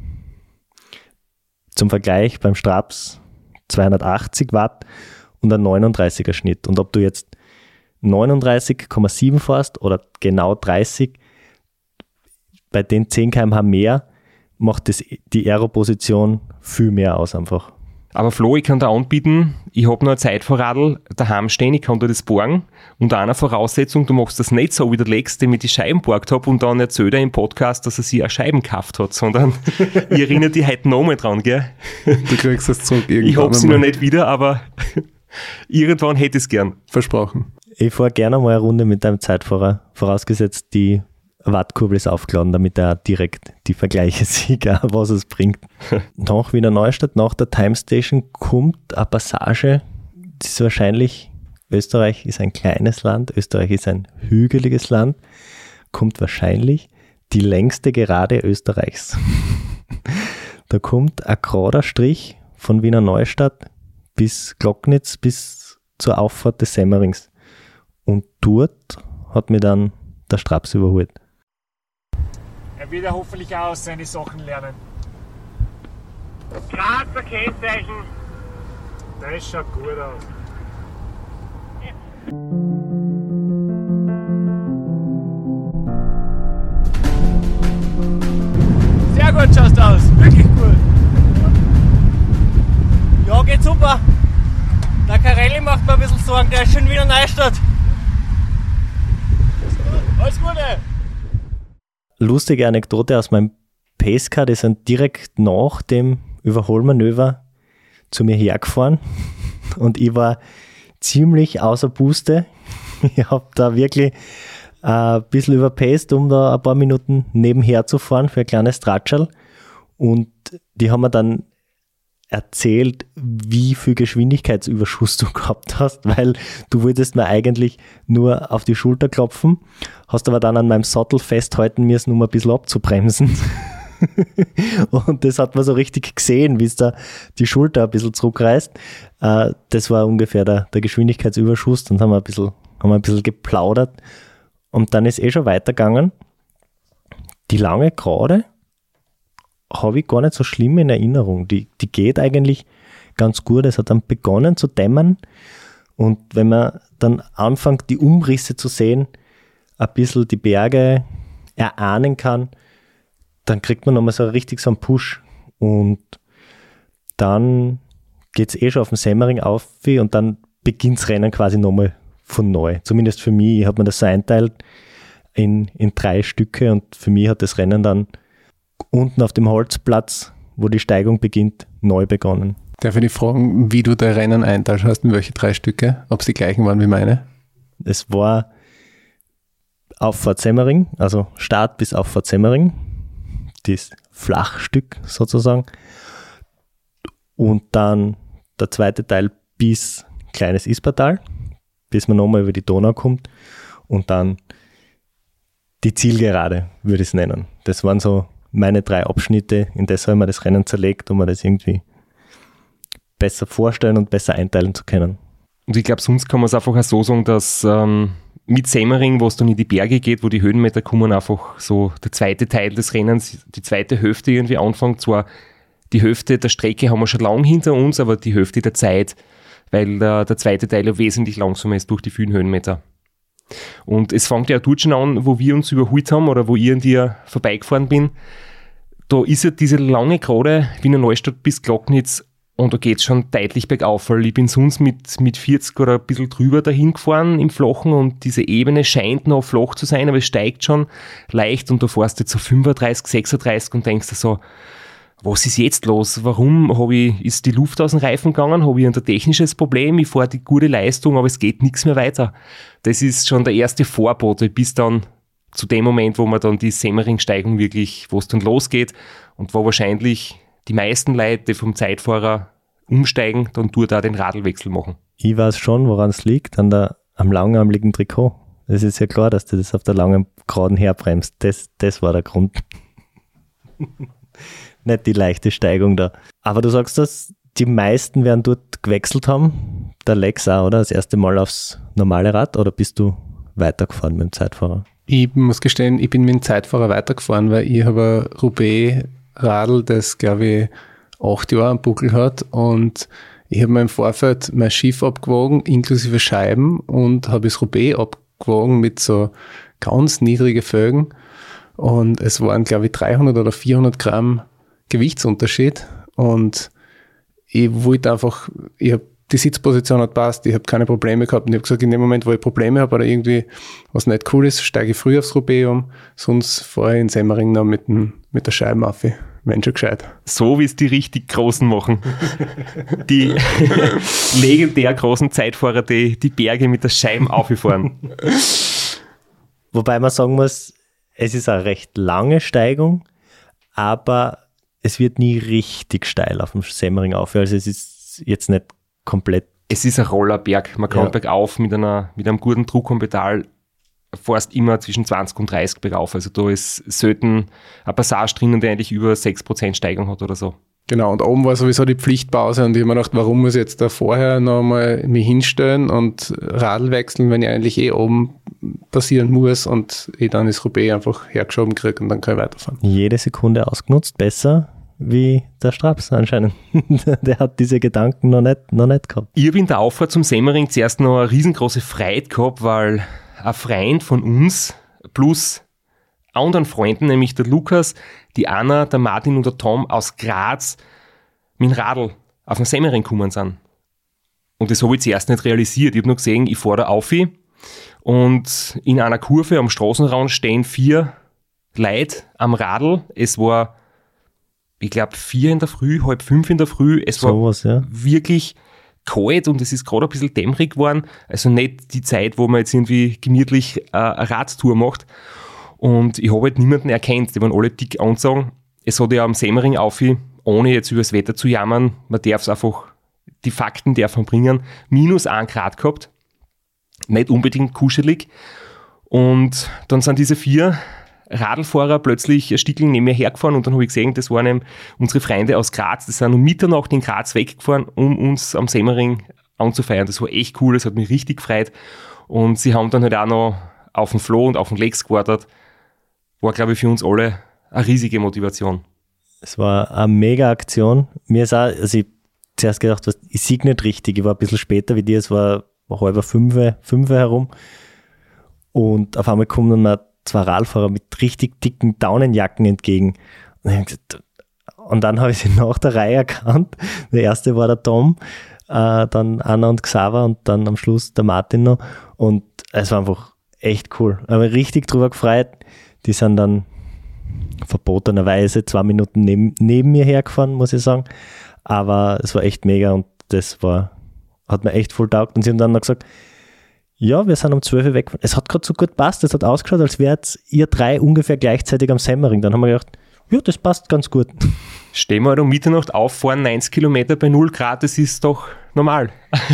Zum Vergleich beim Straps zweihundertachtzig Watt und ein neununddreißiger Schnitt. Und ob du jetzt neununddreißig Komma sieben fährst oder genau dreißig, bei den zehn Kilometer pro Stunde mehr macht das die Aero-Position viel mehr aus einfach. Aber Flo, ich kann dir anbieten, ich habe noch ein Zeitfahrradl daheim stehen, ich kann dir das borgen. Unter einer Voraussetzung, du machst das nicht so wie der Lex, dem ich die Scheiben borgt habe und dann erzählt er im Podcast, dass er sich eine Scheiben gekauft hat, sondern ich erinnere dich heute nochmal dran, gell? Du kriegst das zurück irgendwann. Ich habe sie einmal. noch nicht wieder, aber irgendwann hätte ich es gern. Versprochen. Ich fahre gerne mal eine Runde mit deinem Zeitfahrer, vorausgesetzt die Wattkurbel ist aufgeladen, damit er direkt die Vergleiche sieht, was es bringt. Nach Wiener Neustadt, nach der Time Station kommt eine Passage, das ist wahrscheinlich, Österreich ist ein kleines Land, Österreich ist ein hügeliges Land, kommt wahrscheinlich die längste Gerade Österreichs. Da kommt ein gerader Strich von Wiener Neustadt bis Glocknitz, bis zur Auffahrt des Semmerings. Und dort hat mir dann der Straps überholt. Er wird ja hoffentlich auch seine Sachen lernen. Grazer Kennzeichen. Das schaut gut aus. Sehr gut schaust du aus, wirklich gut. Ja, geht super. Der Carelli macht mir ein bisschen Sorgen, der ist schon wieder Neustadt. Alles Gute! Lustige Anekdote aus meinem Pacecar, die sind direkt nach dem Überholmanöver zu mir hergefahren und ich war ziemlich außer Puste. Ich habe da wirklich äh, ein bisschen überpaced, um da ein paar Minuten nebenher zu fahren für ein kleines Tratschal, und die haben mir dann erzählt, wie viel Geschwindigkeitsüberschuss du gehabt hast, weil du wolltest mir eigentlich nur auf die Schulter klopfen, hast aber dann an meinem Sattel festhalten müssen, um ein bisschen abzubremsen. Und das hat man so richtig gesehen, wie es da die Schulter ein bisschen zurückreißt. Das war ungefähr der, der Geschwindigkeitsüberschuss. Dann haben wir, ein bisschen, haben wir ein bisschen geplaudert und dann ist eh schon weitergegangen. Die lange Gerade habe ich gar nicht so schlimm in Erinnerung. Die, die geht eigentlich ganz gut. Es hat dann begonnen zu dämmern und wenn man dann anfängt, die Umrisse zu sehen, ein bisschen die Berge erahnen kann, dann kriegt man nochmal so richtig so einen Push und dann geht es eh schon auf den Semmering auf und dann beginnt das Rennen quasi nochmal von neu. Zumindest für mich, ich habe mir das so einteilt in, in drei Stücke und für mich hat das Rennen dann unten auf dem Holzplatz, wo die Steigung beginnt, neu begonnen. Darf ich dich fragen, wie du dein Rennen einteilst hast, in welche drei Stücke? Ob es die gleichen waren wie meine? Es war Auffahrt Semmering, also Start bis Auffahrt Semmering, das Flachstück sozusagen. Und dann der zweite Teil bis Kleines Ispertal, bis man nochmal über die Donau kommt. Und dann die Zielgerade, würde ich es nennen. Das waren so meine drei Abschnitte, in das habe ich mir das Rennen zerlegt, um mir das irgendwie besser vorstellen und besser einteilen zu können. Und ich glaube, sonst kann man es einfach auch so sagen, dass ähm, mit Semmering, wo es dann in die Berge geht, wo die Höhenmeter kommen, einfach so der zweite Teil des Rennens, die zweite Hälfte irgendwie anfängt. Zwar die Hälfte der Strecke haben wir schon lang hinter uns, aber die Hälfte der Zeit, weil der, der zweite Teil ja wesentlich langsamer ist durch die vielen Höhenmeter. Und es fängt ja dort schon an, wo wir uns überholt haben oder wo ich an dir vorbeigefahren bin. Da ist ja diese lange Gerade Wiener Neustadt bis Glocknitz und da geht es schon deutlich bergauf, weil ich bin sonst mit, mit vierzig oder ein bisschen drüber dahin gefahren im Flachen und diese Ebene scheint noch flach zu sein, aber es steigt schon leicht und da fährst du jetzt so fünfunddreißig, sechsunddreißig und denkst dir so, was ist jetzt los? Warum hab ich, ist die Luft aus den Reifen gegangen? Habe ich ein technisches Problem? Ich fahre die gute Leistung, aber es geht nichts mehr weiter. Das ist schon der erste Vorbote, bis dann zu dem Moment, wo man dann die Semmering-Steigung wirklich, wo es dann losgeht und wo wahrscheinlich die meisten Leute, die vom Zeitfahrer umsteigen, dann dort auch den Radlwechsel machen. Ich weiß schon, woran es liegt, an der, am langarmligen Trikot. Es ist ja klar, dass du das auf der langen Geraden herbremst. Das, das war der Grund. Nicht die leichte Steigung da. Aber du sagst das, die meisten werden dort gewechselt haben. Der Lex auch, oder? Das erste Mal aufs normale Rad, oder bist du weitergefahren mit dem Zeitfahrer? Ich muss gestehen, ich bin mit dem Zeitfahrer weitergefahren, weil ich habe ein Roubaix-Radl, das glaube ich acht Jahre am Buckel hat, und ich habe mir im Vorfeld mein Schiff abgewogen, inklusive Scheiben, und habe das Roubaix abgewogen mit so ganz niedrigen Felgen, und es waren glaube ich dreihundert oder vierhundert Gramm Gewichtsunterschied, und ich wollte einfach, ich habe die Sitzposition hat passt, ich habe keine Probleme gehabt und ich habe gesagt, in dem Moment, wo ich Probleme habe oder irgendwie was nicht cool ist, steige ich früh aufs Roubaix um, sonst fahre ich in Semmering noch mit, dem, mit der Scheibe auf. Wenn schon gescheit. So wie es die richtig Großen machen. Die legendär großen Zeitfahrer, die die Berge mit der Scheibe auffahren. Wobei man sagen muss, es ist eine recht lange Steigung, aber es wird nie richtig steil auf dem Semmering auf. Also es ist jetzt nicht komplett. Es ist ein Rollerberg. Man kommt Ja. bergauf mit, einer, mit einem guten Druck am Pedal, fährst immer zwischen zwanzig und dreißig bergauf. Also da ist selten eine Passage drinnen, die eigentlich über sechs Prozent Steigung hat oder so. Genau, und oben war sowieso die Pflichtpause und ich habe mir gedacht, warum muss ich jetzt da vorher noch mal mich hinstellen und Radl wechseln, wenn ich eigentlich eh oben passieren muss und ich dann das Roubaix einfach hergeschoben kriege und dann kann ich weiterfahren. Jede Sekunde ausgenutzt, besser wie der Straps anscheinend. Der hat diese Gedanken noch nicht, noch nicht gehabt. Ich habe in der Auffahrt zum Semmering zuerst noch eine riesengroße Freude gehabt, weil ein Freund von uns plus anderen Freunden, nämlich der Lukas, die Anna, der Martin und der Tom aus Graz mit dem Radl auf den Semmering gekommen sind. Und das habe ich zuerst nicht realisiert. Ich habe nur gesehen, ich fahre da auf und in einer Kurve am Straßenrand stehen vier Leute am Radl. Es war, ich glaube, vier in der Früh, halb fünf in der Früh. Es war Sowas, ja. wirklich kalt und es ist gerade ein bisschen dämmerig geworden. Also nicht die Zeit, wo man jetzt irgendwie gemütlich äh, eine Radtour macht. Und ich habe halt niemanden erkannt. Die waren alle dick angezogen. Es hat ja am Semmering auf, ohne jetzt über das Wetter zu jammern, man darf es einfach, die Fakten darf man bringen, minus ein Grad gehabt. Nicht unbedingt kuschelig. Und dann sind diese vier Radlfahrer plötzlich ein Stückchen neben mir hergefahren und dann habe ich gesehen, das waren eben unsere Freunde aus Graz, die sind um Mitternacht in Graz weggefahren, um uns am Semmering anzufeiern. Das war echt cool, das hat mich richtig gefreut. Und sie haben dann halt auch noch auf dem Flo und auf dem Lex gewartet. War, glaube ich, für uns alle eine riesige Motivation. Es war eine mega Aktion. Mir ist auch, also ich zuerst gedacht, was, ich sehe nicht richtig. Ich war ein bisschen später wie dir, es war halb fünf, fünf herum. Und auf einmal kommen dann mal zwei Radfahrer mit richtig dicken Daunenjacken entgegen. Und, ich hab gesagt, und dann habe ich sie nach der Reihe erkannt. Der erste war der Tom, äh, dann Anna und Xaver und dann am Schluss der Martin noch. Und es war einfach echt cool. Ich habe mich richtig drüber gefreut. Die sind dann verbotenerweise zwei Minuten neben, neben mir hergefahren, muss ich sagen. Aber es war echt mega und das war, hat mir echt voll taugt. Und sie haben dann noch gesagt, ja, wir sind um zwölf Uhr weg. Es hat gerade so gut gepasst, es hat ausgeschaut, als wärt ihr drei ungefähr gleichzeitig am Semmering. Dann haben wir gedacht, ja, das passt ganz gut. Stehen wir halt um Mitternacht auf, fahren neunzig Kilometer bei null Grad, das ist doch normal.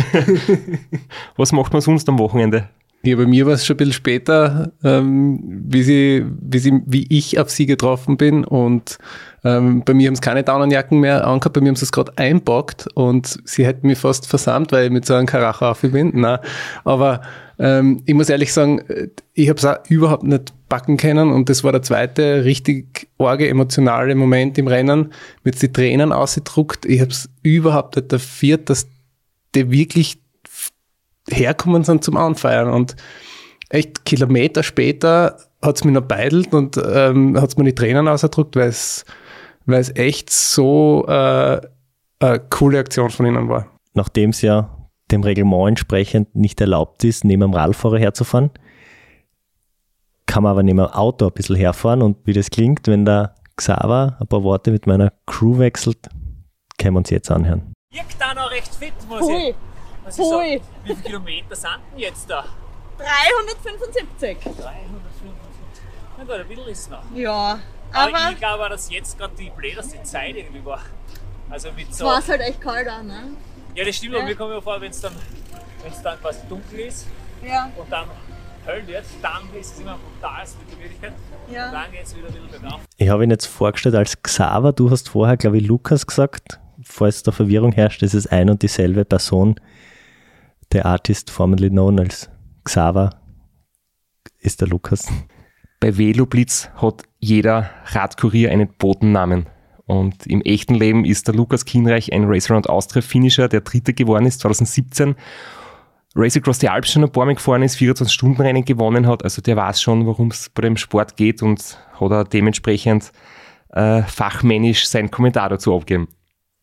Was macht man sonst am Wochenende? Ja, bei mir war es schon ein bisschen später, ähm, wie, sie, wie, sie, wie ich auf sie getroffen bin und ähm, bei mir haben sie keine Daunenjacken mehr angehabt, bei mir haben sie es gerade einpackt und sie hätten mich fast versammelt, weil ich mit so einem Karacha auf bin. Nein, aber ähm, ich muss ehrlich sagen, ich habe es auch überhaupt nicht backen können und das war der zweite richtig arge emotionale Moment im Rennen, mit die Tränen ausgedruckt. Ich habe es überhaupt nicht erfährt, dass die wirklich herkommen sind zum Anfeiern und echt Kilometer später hat es mich noch beidelt und ähm, hat es mir die Tränen ausgedruckt, weil es weil es echt so äh, eine coole Aktion von ihnen war. Nachdem es ja dem Reglement entsprechend nicht erlaubt ist, neben einem Radfahrer herzufahren, kann man aber neben dem Auto ein bisschen herfahren und wie das klingt, wenn der Xaver ein paar Worte mit meiner Crew wechselt, können wir uns jetzt anhören. Wirkt da noch recht fit, muss Hui. ich, muss ich sagen. Wie viele Kilometer sind denn jetzt da? dreihundertfünfundsiebzig. dreihundertfünfundfünfzig. Na gut, ein bisschen ist es noch. Ja, Aber, aber ich glaube, dass jetzt gerade die blödeste Zeit irgendwie war. Also mit es so. war halt echt kalt auch, ne? Ja, das stimmt, Ja. aber mir kommt mir vor, wenn es dann, wenn's dann quasi dunkel ist Ja, und dann hell wird, dann ist es immer am brutalsten mit der Müdigkeit. ja. Dann geht es wieder ein bisschen bergauf. Ich habe ihn jetzt vorgestellt als Xaver, du hast vorher, glaube ich, Lukas gesagt. Falls da Verwirrung herrscht, ist es ein und dieselbe Person. Der Artist formerly known als Xaver ist der Lukas. Bei Veloblitz hat jeder Radkurier einen Botennamen. Und im echten Leben ist der Lukas Kienreich ein Race Around Austria Finisher, der Dritter geworden ist zwanzig siebzehn. Race Across the Alps schon ein paar Mal gefahren ist, vierundzwanzig Stunden Rennen gewonnen hat. Also der weiß schon, worum es bei dem Sport geht und hat auch dementsprechend äh, fachmännisch seinen Kommentar dazu abgegeben.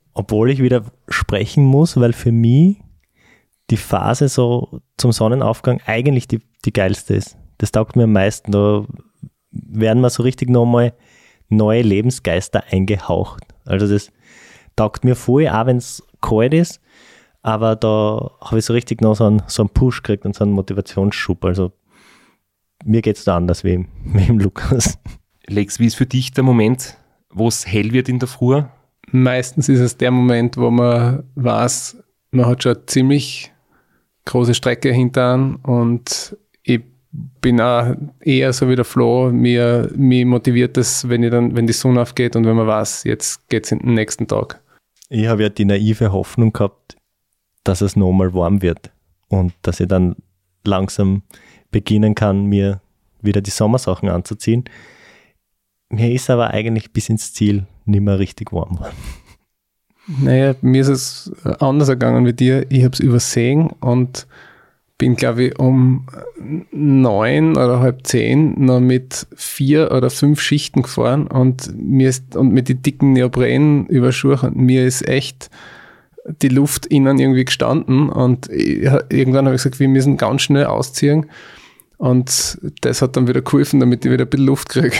obwohl ich wieder sprechen muss, weil für mich die Phase so zum Sonnenaufgang eigentlich die, die geilste ist. Das taugt mir am meisten. Da werden mir so richtig nochmal neue Lebensgeister eingehaucht. Also das taugt mir voll, auch wenn es kalt ist, aber da habe ich so richtig noch so einen, so einen Push gekriegt und so einen Motivationsschub. Also mir geht es da anders wie, wie im Lukas. Lex, wie ist für dich der Moment, wo es hell wird in der Früh? Meistens ist es der Moment, wo man weiß, man hat schon eine ziemlich große Strecke hinter und ich bin auch eher so wie der Flo, mir, mir motiviert das, wenn, ich dann, wenn die Sonne aufgeht und wenn man weiß, jetzt geht es in den nächsten Tag. Ich habe ja die naive Hoffnung gehabt, dass es nochmal warm wird und dass ich dann langsam beginnen kann, mir wieder die Sommersachen anzuziehen. Mir ist aber eigentlich bis ins Ziel nicht mehr richtig warm geworden. Naja, mir ist es anders ergangen wie dir. Ich habe es übersehen und bin, glaube ich, um neun oder halb zehn noch mit vier oder fünf Schichten gefahren und mir ist, und mit den dicken Neoprenüberschuhen und mir ist echt die Luft innen irgendwie gestanden und ich, irgendwann habe ich gesagt, wir müssen ganz schnell ausziehen und das hat dann wieder geholfen, damit ich wieder ein bisschen Luft kriege.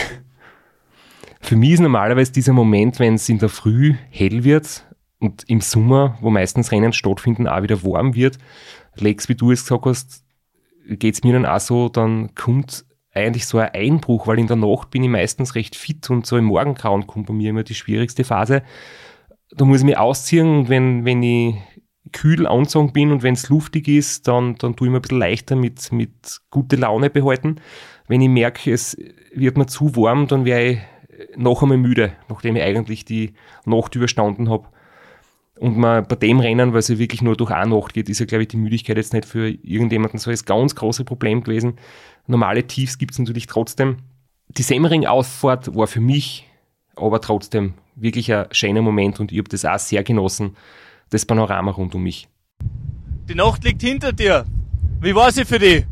Für mich ist normalerweise dieser Moment, wenn es in der Früh hell wird und im Sommer, wo meistens Rennen stattfinden, auch wieder warm wird. Lex, wie du es gesagt hast, geht es mir dann auch so, dann kommt eigentlich so ein Einbruch, weil in der Nacht bin ich meistens recht fit und so im Morgengrauen kommt bei mir immer die schwierigste Phase. Da muss ich mich ausziehen und wenn, wenn ich kühl angezogen bin und wenn es luftig ist, dann, dann tue ich mir ein bisschen leichter mit, mit gute Laune behalten. Wenn ich merke, es wird mir zu warm, dann wäre ich noch einmal müde, nachdem ich eigentlich die Nacht überstanden habe. Und man bei dem Rennen, weil es ja wirklich nur durch eine Nacht geht, ist ja, glaube ich, die Müdigkeit jetzt nicht für irgendjemanden so das ganz große Problem gewesen. Normale Tiefs gibt es natürlich trotzdem. Die Semmering-Ausfahrt war für mich aber trotzdem wirklich ein schöner Moment und ich habe das auch sehr genossen, das Panorama rund um mich. Die Nacht liegt hinter dir. Wie war sie für dich?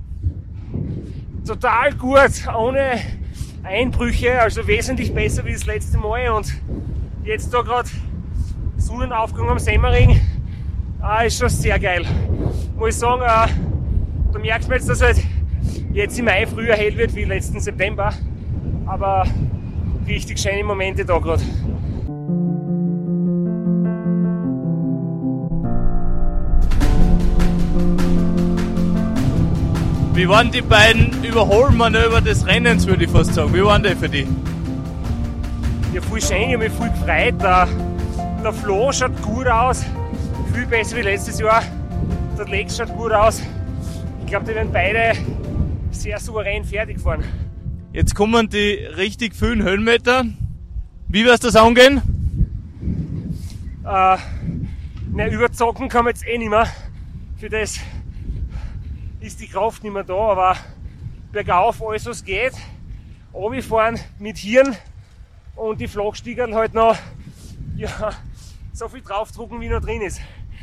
Total gut, ohne Einbrüche, also wesentlich besser wie das letzte Mal und jetzt da gerade Sonnenaufgang am Semmering, ah, ist schon sehr geil. Muss ich sagen, äh, da merkt man jetzt, dass halt jetzt im Mai früher hell wird wie letzten September, aber richtig schöne Momente da gerade. Wie waren die beiden Überholmanöver des Rennens, würde ich fast sagen? Wie waren die für dich? Ja, voll schön, ich habe mich voll gefreut. Der, der Flo schaut gut aus, viel besser wie letztes Jahr. Der Lex schaut gut aus. Ich glaube, die werden beide sehr souverän fertig fahren. Jetzt kommen die richtig vielen Höhenmeter. Wie wirst du das angehen? Äh, na, überzocken kann man jetzt eh nicht mehr. Für das ist die Kraft nicht mehr da, aber bergauf alles was geht. Runterfahren mit Hirn und die Flachstiegerl halt noch, ja, so viel draufdrucken wie noch drin ist.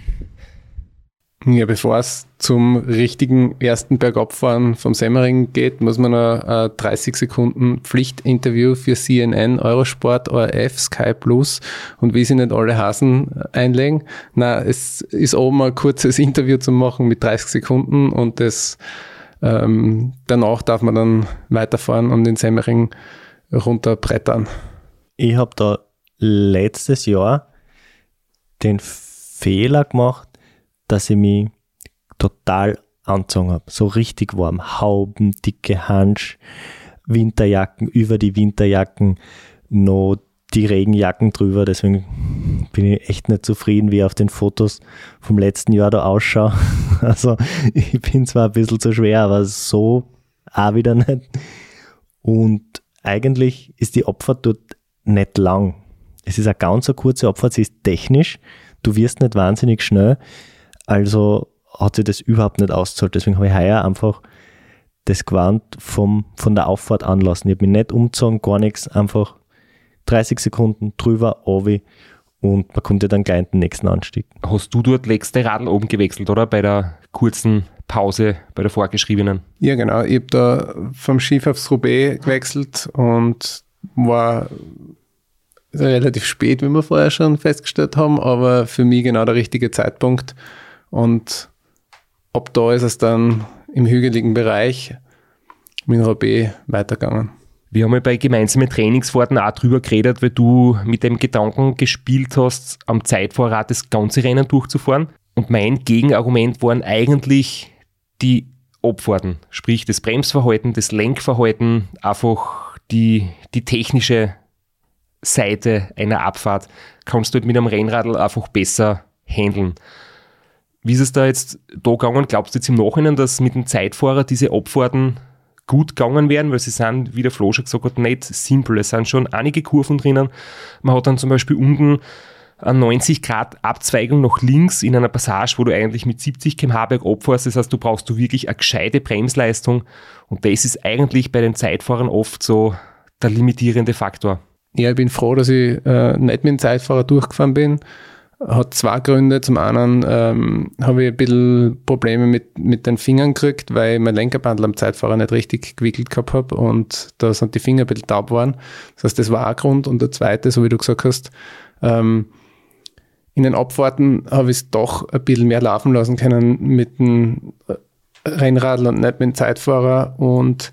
Ja, bevor es zum richtigen ersten Bergabfahren vom Semmering geht, muss man noch ein dreißig Sekunden Pflichtinterview für C N N, Eurosport, O R F, Sky Plus und wie sie nicht alle Hasen einlegen. Na, es ist oben ein kurzes Interview zu machen mit dreißig Sekunden und das ähm, danach darf man dann weiterfahren und den Semmering runterbrettern. Ich habe da letztes Jahr den Fehler gemacht, dass ich mich total angezogen habe. So richtig warm. Hauben, dicke Hansch, Winterjacken, über die Winterjacken noch die Regenjacken drüber. Deswegen bin ich echt nicht zufrieden, wie ich auf den Fotos vom letzten Jahr da ausschaue. Also ich bin zwar ein bisschen zu schwer, aber so auch wieder nicht. Und eigentlich ist die Abfahrt dort nicht lang. Es ist eine ganz eine kurze Abfahrt, sie ist technisch. Du wirst nicht wahnsinnig schnell. Also hat sich das überhaupt nicht ausgezahlt. Deswegen habe ich heuer einfach das Gewand vom, von der Auffahrt anlassen. Ich habe mich nicht umgezogen, gar nichts. Einfach dreißig Sekunden drüber, runter und man kommt ja dann gleich in den nächsten Anstieg. Hast du dort letzte Radl oben gewechselt, oder? Bei der kurzen Pause, bei der vorgeschriebenen? Ja, genau. Ich habe da vom Schiff aufs Roubaix gewechselt und war relativ spät, wie wir vorher schon festgestellt haben, aber für mich genau der richtige Zeitpunkt. Und ab da ist es dann im hügeligen Bereich Mineral B weitergegangen. Wir haben ja bei gemeinsamen Trainingsfahrten auch drüber geredet, weil du mit dem Gedanken gespielt hast, am Zeitvorrat das ganze Rennen durchzufahren. Und mein Gegenargument waren eigentlich die Abfahrten, sprich das Bremsverhalten, das Lenkverhalten, einfach die, die technische Seite einer Abfahrt kannst du halt mit einem Rennradl einfach besser handeln. Wie ist es da jetzt da gegangen? Glaubst du jetzt im Nachhinein, dass mit dem Zeitfahrer diese Abfahrten gut gegangen werden, weil sie sind, wie der Flo schon gesagt hat, nicht simpel. Es sind schon einige Kurven drinnen. Man hat dann zum Beispiel unten eine neunzig Grad Abzweigung nach links in einer Passage, wo du eigentlich mit siebzig Kilometer pro Stunde bergab fährst. Das heißt, du brauchst du wirklich eine gescheite Bremsleistung. Und das ist eigentlich bei den Zeitfahrern oft so der limitierende Faktor. Ja, ich bin froh, dass ich äh, nicht mit dem Zeitfahrer durchgefahren bin. Hat zwei Gründe. Zum einen ähm, habe ich ein bisschen Probleme mit, mit den Fingern gekriegt, weil ich mein Lenkerbandel am Zeitfahrer nicht richtig gewickelt gehabt habe und da sind die Finger ein bisschen taub geworden. Das heißt, das war ein Grund. Und der zweite, so wie du gesagt hast, ähm, in den Abfahrten habe ich es doch ein bisschen mehr laufen lassen können mit dem Rennradl und nicht mit dem Zeitfahrer. Und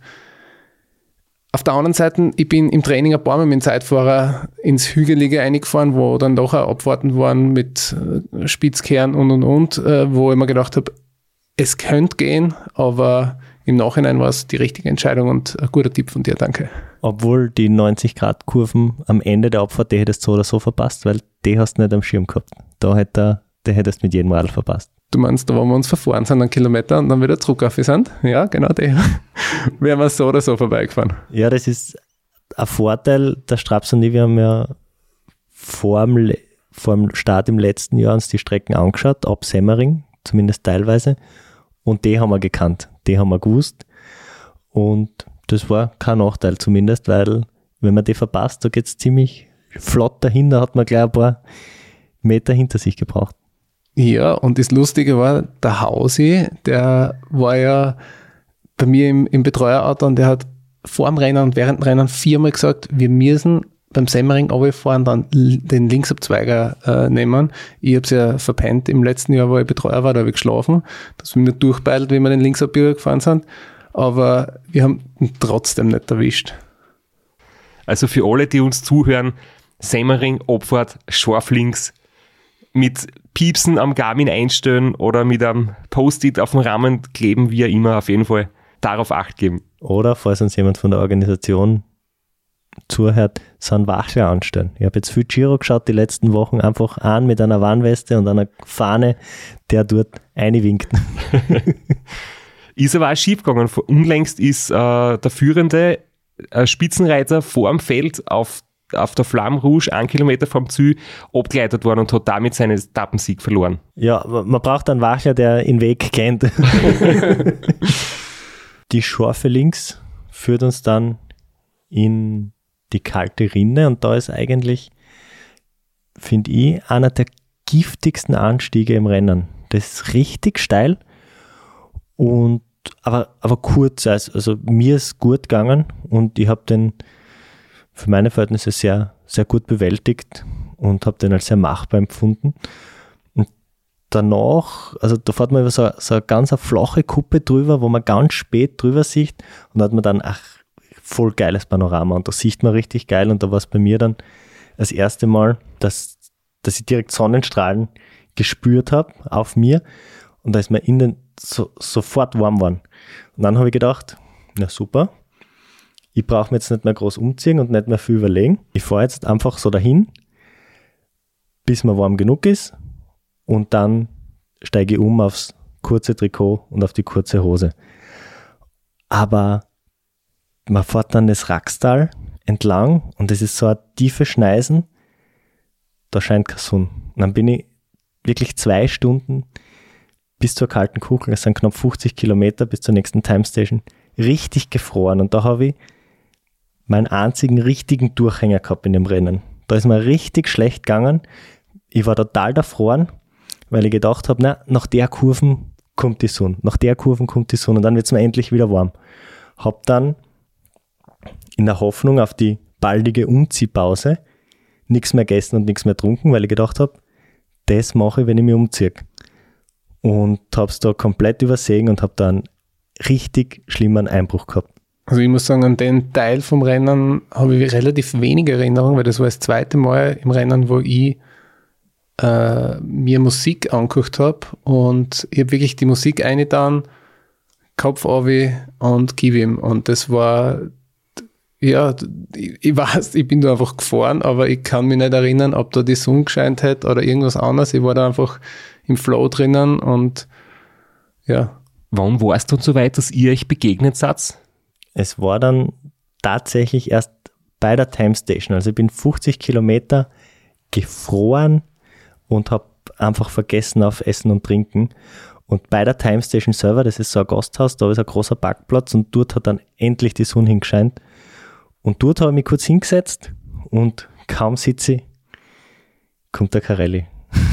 auf der anderen Seite, ich bin im Training ein paar Mal mit dem Zeitfahrer ins Hügelige eingefahren, wo dann doch auch Abfahrten waren mit Spitzkehren und und und, wo ich mir gedacht habe, es könnte gehen, aber im Nachhinein war es die richtige Entscheidung und ein guter Tipp von dir, danke. Obwohl die neunzig Grad Kurven am Ende der Abfahrt, die hättest du so oder so verpasst, weil die hast du nicht am Schirm gehabt. Da hätte der hättest du mit jedem Radl verpasst. Du meinst, da wo wir uns verfahren sind, einen Kilometer und dann wieder zurück auf sind? Ja, genau, die wären wir so oder so vorbeigefahren. Ja, das ist ein Vorteil. Der Straps und ich, wir haben ja vor dem, vor dem Start im letzten Jahr uns die Strecken angeschaut, ab Semmering, zumindest teilweise. Und die haben wir gekannt, die haben wir gewusst. Und das war kein Nachteil zumindest, weil wenn man die verpasst, da geht es ziemlich flott dahin, da hat man gleich ein paar Meter hinter sich gebraucht. Ja, und das Lustige war, der Hausi, der war ja bei mir im, im Betreuerauto und der hat vor dem Rennen und während dem Rennen viermal gesagt, wir müssen beim Semmering runterfahren, dann den Linksabzweiger äh, nehmen. Ich habe es ja verpennt im letzten Jahr, wo ich Betreuer war, da habe ich geschlafen. Das bin ich nicht durchbeeilt, wie wir den Linksabbieger gefahren sind. Aber wir haben ihn trotzdem nicht erwischt. Also für alle, die uns zuhören, Semmering, Abfahrt, scharf links, mit Piepsen am Garmin einstellen oder mit einem Post-it auf dem Rahmen kleben, wie immer, auf jeden Fall darauf Acht geben. Oder, falls uns jemand von der Organisation zuhört, so einen Wachler anstellen. Ich habe jetzt viel Giro geschaut die letzten Wochen, einfach an mit einer Warnweste und einer Fahne, der dort einwinkt. Ist aber auch schief gegangen. Unlängst ist äh, der führende äh, Spitzenreiter vor dem Feld auf auf der Flamme Rouge, einen Kilometer vom Ziel, abgeleitet worden und hat damit seinen Etappensieg verloren. Ja, man braucht einen Wachler, der den Weg kennt. Die scharfe links führt uns dann in die kalte Rinne und da ist eigentlich, finde ich, einer der giftigsten Anstiege im Rennen. Das ist richtig steil und aber, aber kurz, also, also mir ist gut gegangen und ich habe den für meine Verhältnisse sehr, sehr gut bewältigt und habe den als sehr machbar empfunden. Und danach, also da fährt man über so, so eine ganz eine flache Kuppe drüber, wo man ganz spät drüber sieht und da hat man dann, ach, voll geiles Panorama und da sieht man richtig geil und da war es bei mir dann das erste Mal, dass, dass ich direkt Sonnenstrahlen gespürt habe auf mir und da ist mir innen so, sofort warm geworden. Und dann habe ich gedacht, na super, ich brauche mir jetzt nicht mehr groß umziehen und nicht mehr viel überlegen. Ich fahre jetzt einfach so dahin, bis mir warm genug ist und dann steige ich um aufs kurze Trikot und auf die kurze Hose. Aber man fährt dann das Raxtal entlang und es ist so ein tiefes Schneisen, da scheint keine Sonne. Und dann bin ich wirklich zwei Stunden bis zur kalten Kugel, es sind knapp fünfzig Kilometer bis zur nächsten Timestation, richtig gefroren und da habe ich meinen einzigen richtigen Durchhänger gehabt in dem Rennen. Da ist mir richtig schlecht gegangen. Ich war total erfroren, weil ich gedacht habe, na, nach der Kurven kommt die Sonne. Nach der Kurven kommt die Sonne und dann wird es mir endlich wieder warm. Hab dann in der Hoffnung auf die baldige Umziehpause nichts mehr gegessen und nichts mehr getrunken, weil ich gedacht habe, das mache ich, wenn ich mich umziehe. Und habe es da komplett übersehen und habe da einen richtig schlimmen Einbruch gehabt. Also ich muss sagen, an den Teil vom Rennen habe ich relativ wenige Erinnerungen, weil das war das zweite Mal im Rennen, wo ich äh, mir Musik angehört habe und ich habe wirklich die Musik eingetan, Kopf runter und gib ihm. Und das war, ja, ich, ich weiß, ich bin da einfach gefahren, aber ich kann mich nicht erinnern, ob da die Sonne gescheint hat oder irgendwas anderes. Ich war da einfach im Flow drinnen und ja. Wann warst du so weit, dass ihr euch begegnet seid? Es war dann tatsächlich erst bei der Time Station. Also ich bin fünfzig Kilometer gefroren und habe einfach vergessen auf Essen und Trinken. Und bei der Time Station selber, das ist so ein Gasthaus, da ist ein großer Parkplatz und dort hat dann endlich die Sonne hingescheint. Und dort habe ich mich kurz hingesetzt und kaum sitze ich, kommt der Carelli.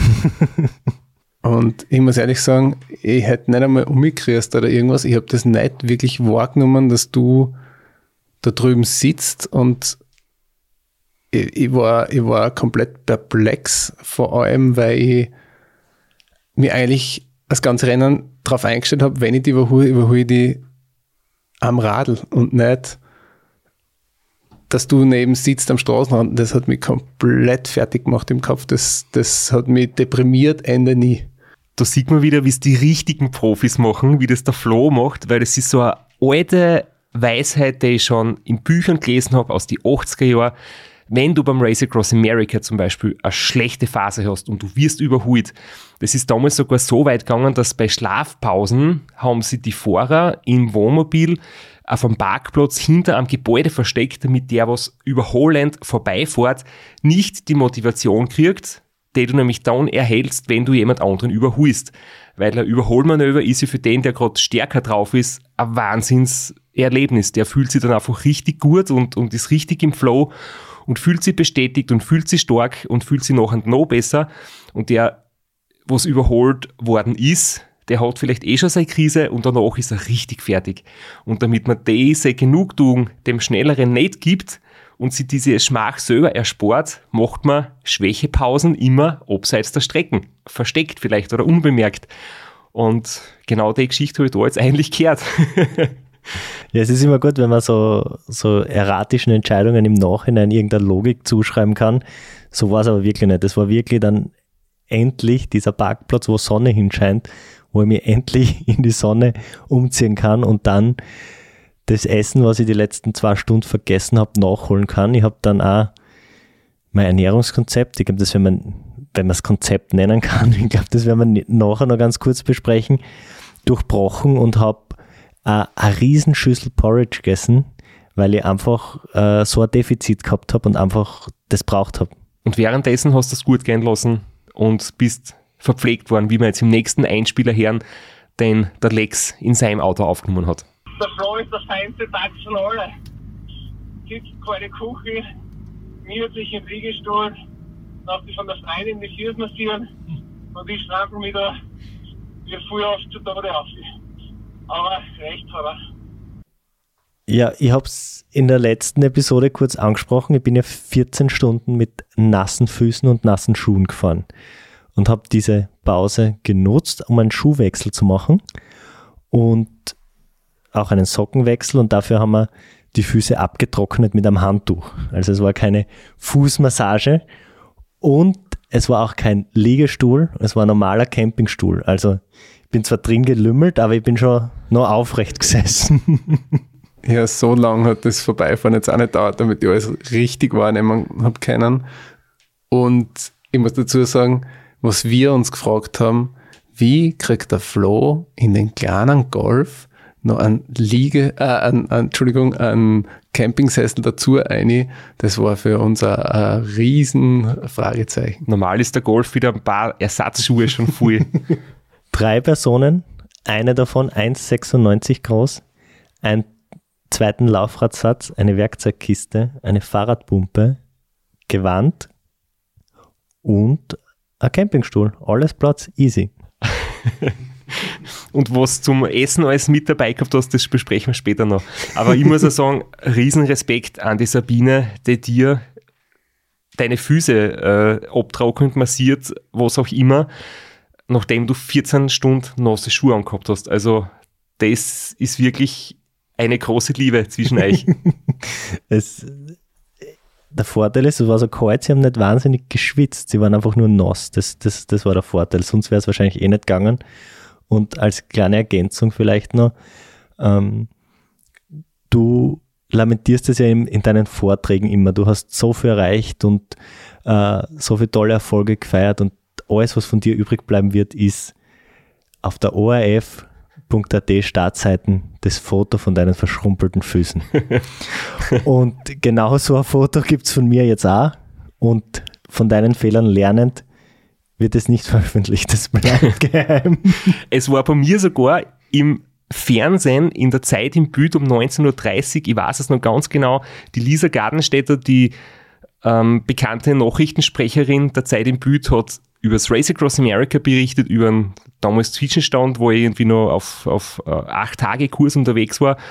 Und ich muss ehrlich sagen, ich hätte nicht einmal umgekriegt oder irgendwas. Ich habe das nicht wirklich wahrgenommen, dass du da drüben sitzt und ich, ich, war, ich war komplett perplex, vor allem, weil ich mir eigentlich das ganze Rennen darauf eingestellt habe, wenn ich die überhole, überhole ich die am Radl und nicht, dass du neben sitzt am Straßenrand. Das hat mich komplett fertig gemacht im Kopf. Das, das hat mich deprimiert, Ende nie. Da sieht man wieder, wie es die richtigen Profis machen, wie das der Flo macht, weil das ist so eine alte Weisheit, die ich schon in Büchern gelesen habe aus den achtziger Jahren. Wenn du beim Race Across America zum Beispiel eine schlechte Phase hast und du wirst überholt, das ist damals sogar so weit gegangen, dass bei Schlafpausen haben sie die Fahrer im Wohnmobil auf einem Parkplatz hinter einem Gebäude versteckt, damit der, was überholend vorbeifährt, nicht die Motivation kriegt, die du nämlich dann erhältst, wenn du jemand anderen überholst. Weil ein Überholmanöver ist ja für den, der gerade stärker drauf ist, ein Wahnsinnserlebnis. Der fühlt sich dann einfach richtig gut und, und ist richtig im Flow und fühlt sich bestätigt und fühlt sich stark und fühlt sich nachher noch besser. Und der, was überholt worden ist, der hat vielleicht eh schon seine Krise und danach ist er richtig fertig. Und damit man diese Genugtuung dem Schnelleren nicht gibt und sich diese Schmach selber erspart, macht man Schwächepausen immer abseits der Strecken. Versteckt vielleicht oder unbemerkt. Und genau die Geschichte habe ich da jetzt eigentlich gehört. Ja, es ist immer gut, wenn man so, so erratischen Entscheidungen im Nachhinein irgendeine Logik zuschreiben kann. So war es aber wirklich nicht. Das war wirklich dann endlich dieser Parkplatz, wo Sonne hinscheint, wo ich mich endlich in die Sonne umziehen kann und dann das Essen, was ich die letzten zwei Stunden vergessen habe, nachholen kann. Ich habe dann auch mein Ernährungskonzept, ich glaube, das werden wir, wenn man es Konzept nennen kann, ich glaube, das werden wir nachher noch ganz kurz besprechen, durchbrochen und habe äh, eine riesen Schüssel Porridge gegessen, weil ich einfach äh, so ein Defizit gehabt habe und einfach das braucht habe. Und währenddessen hast du es gut gehen lassen und bist verpflegt worden, wie wir jetzt im nächsten Einspieler hören, den der Lex in seinem Auto aufgenommen hat. Der Flo ist der feinste Tag von allen. Sitzt vor der Küche, miert sich im Liegestuhl, lässt sich von der Freundin die Füße massieren und ich strampel mich da wie früh oft zu Tode auf. Aber recht hat er. Ja, ich habe es in der letzten Episode kurz angesprochen. Ich bin ja vierzehn Stunden mit nassen Füßen und nassen Schuhen gefahren und habe diese Pause genutzt, um einen Schuhwechsel zu machen und auch einen Sockenwechsel, und dafür haben wir die Füße abgetrocknet mit einem Handtuch. Also es war keine Fußmassage und es war auch kein Liegestuhl, es war ein normaler Campingstuhl. Also ich bin zwar drin gelümmelt, aber ich bin schon noch aufrecht gesessen. Ja, so lange hat das Vorbeifahren jetzt auch nicht gedauert, damit ich alles richtig wahrnehmen habe können. Und ich muss dazu sagen, was wir uns gefragt haben, wie kriegt der Flo in den kleinen Golf noch ein Liege, äh, ein, ein, Entschuldigung, ein Campingsessel dazu ein. Das war für uns ein, ein riesen Fragezeichen. Normal ist der Golf wieder ein paar Ersatzschuhe schon voll. Drei Personen, eine davon eins Komma sechsundneunzig groß, einen zweiten Laufradsatz, eine Werkzeugkiste, eine Fahrradpumpe, Gewand und ein Campingstuhl. Alles Platz, easy. Und was zum Essen alles mit dabei gehabt hast, das besprechen wir später noch. Aber ich muss auch sagen, riesen Respekt an die Sabine, die dir deine Füße äh, abtrocknet, massiert, was auch immer, nachdem du vierzehn Stunden nasse Schuhe angehabt hast. Also das ist wirklich eine große Liebe zwischen euch. es, der Vorteil ist, es war so kalt, sie haben nicht wahnsinnig geschwitzt, sie waren einfach nur nass. Das, das, das war der Vorteil, sonst wäre es wahrscheinlich eh nicht gegangen. Und als kleine Ergänzung vielleicht noch, ähm, du lamentierst es ja in, in deinen Vorträgen immer, du hast so viel erreicht und äh, so viele tolle Erfolge gefeiert und alles, was von dir übrig bleiben wird, ist auf der O R F Punkt A T Startseiten das Foto von deinen verschrumpelten Füßen. Und genau so ein Foto gibt es von mir jetzt auch und von deinen Fehlern lernend wird es nicht veröffentlicht, das bleibt geheim. Es war bei mir sogar im Fernsehen in der Zeit im Bild um neunzehn Uhr dreißig, ich weiß es noch ganz genau, die Lisa Gardenstädter, die ähm, bekannte Nachrichtensprecherin der Zeit im Bild, hat über das Race Across America berichtet, über einen damals Zwischenstand, wo ich irgendwie noch auf, auf äh, acht Tage Kurs unterwegs war.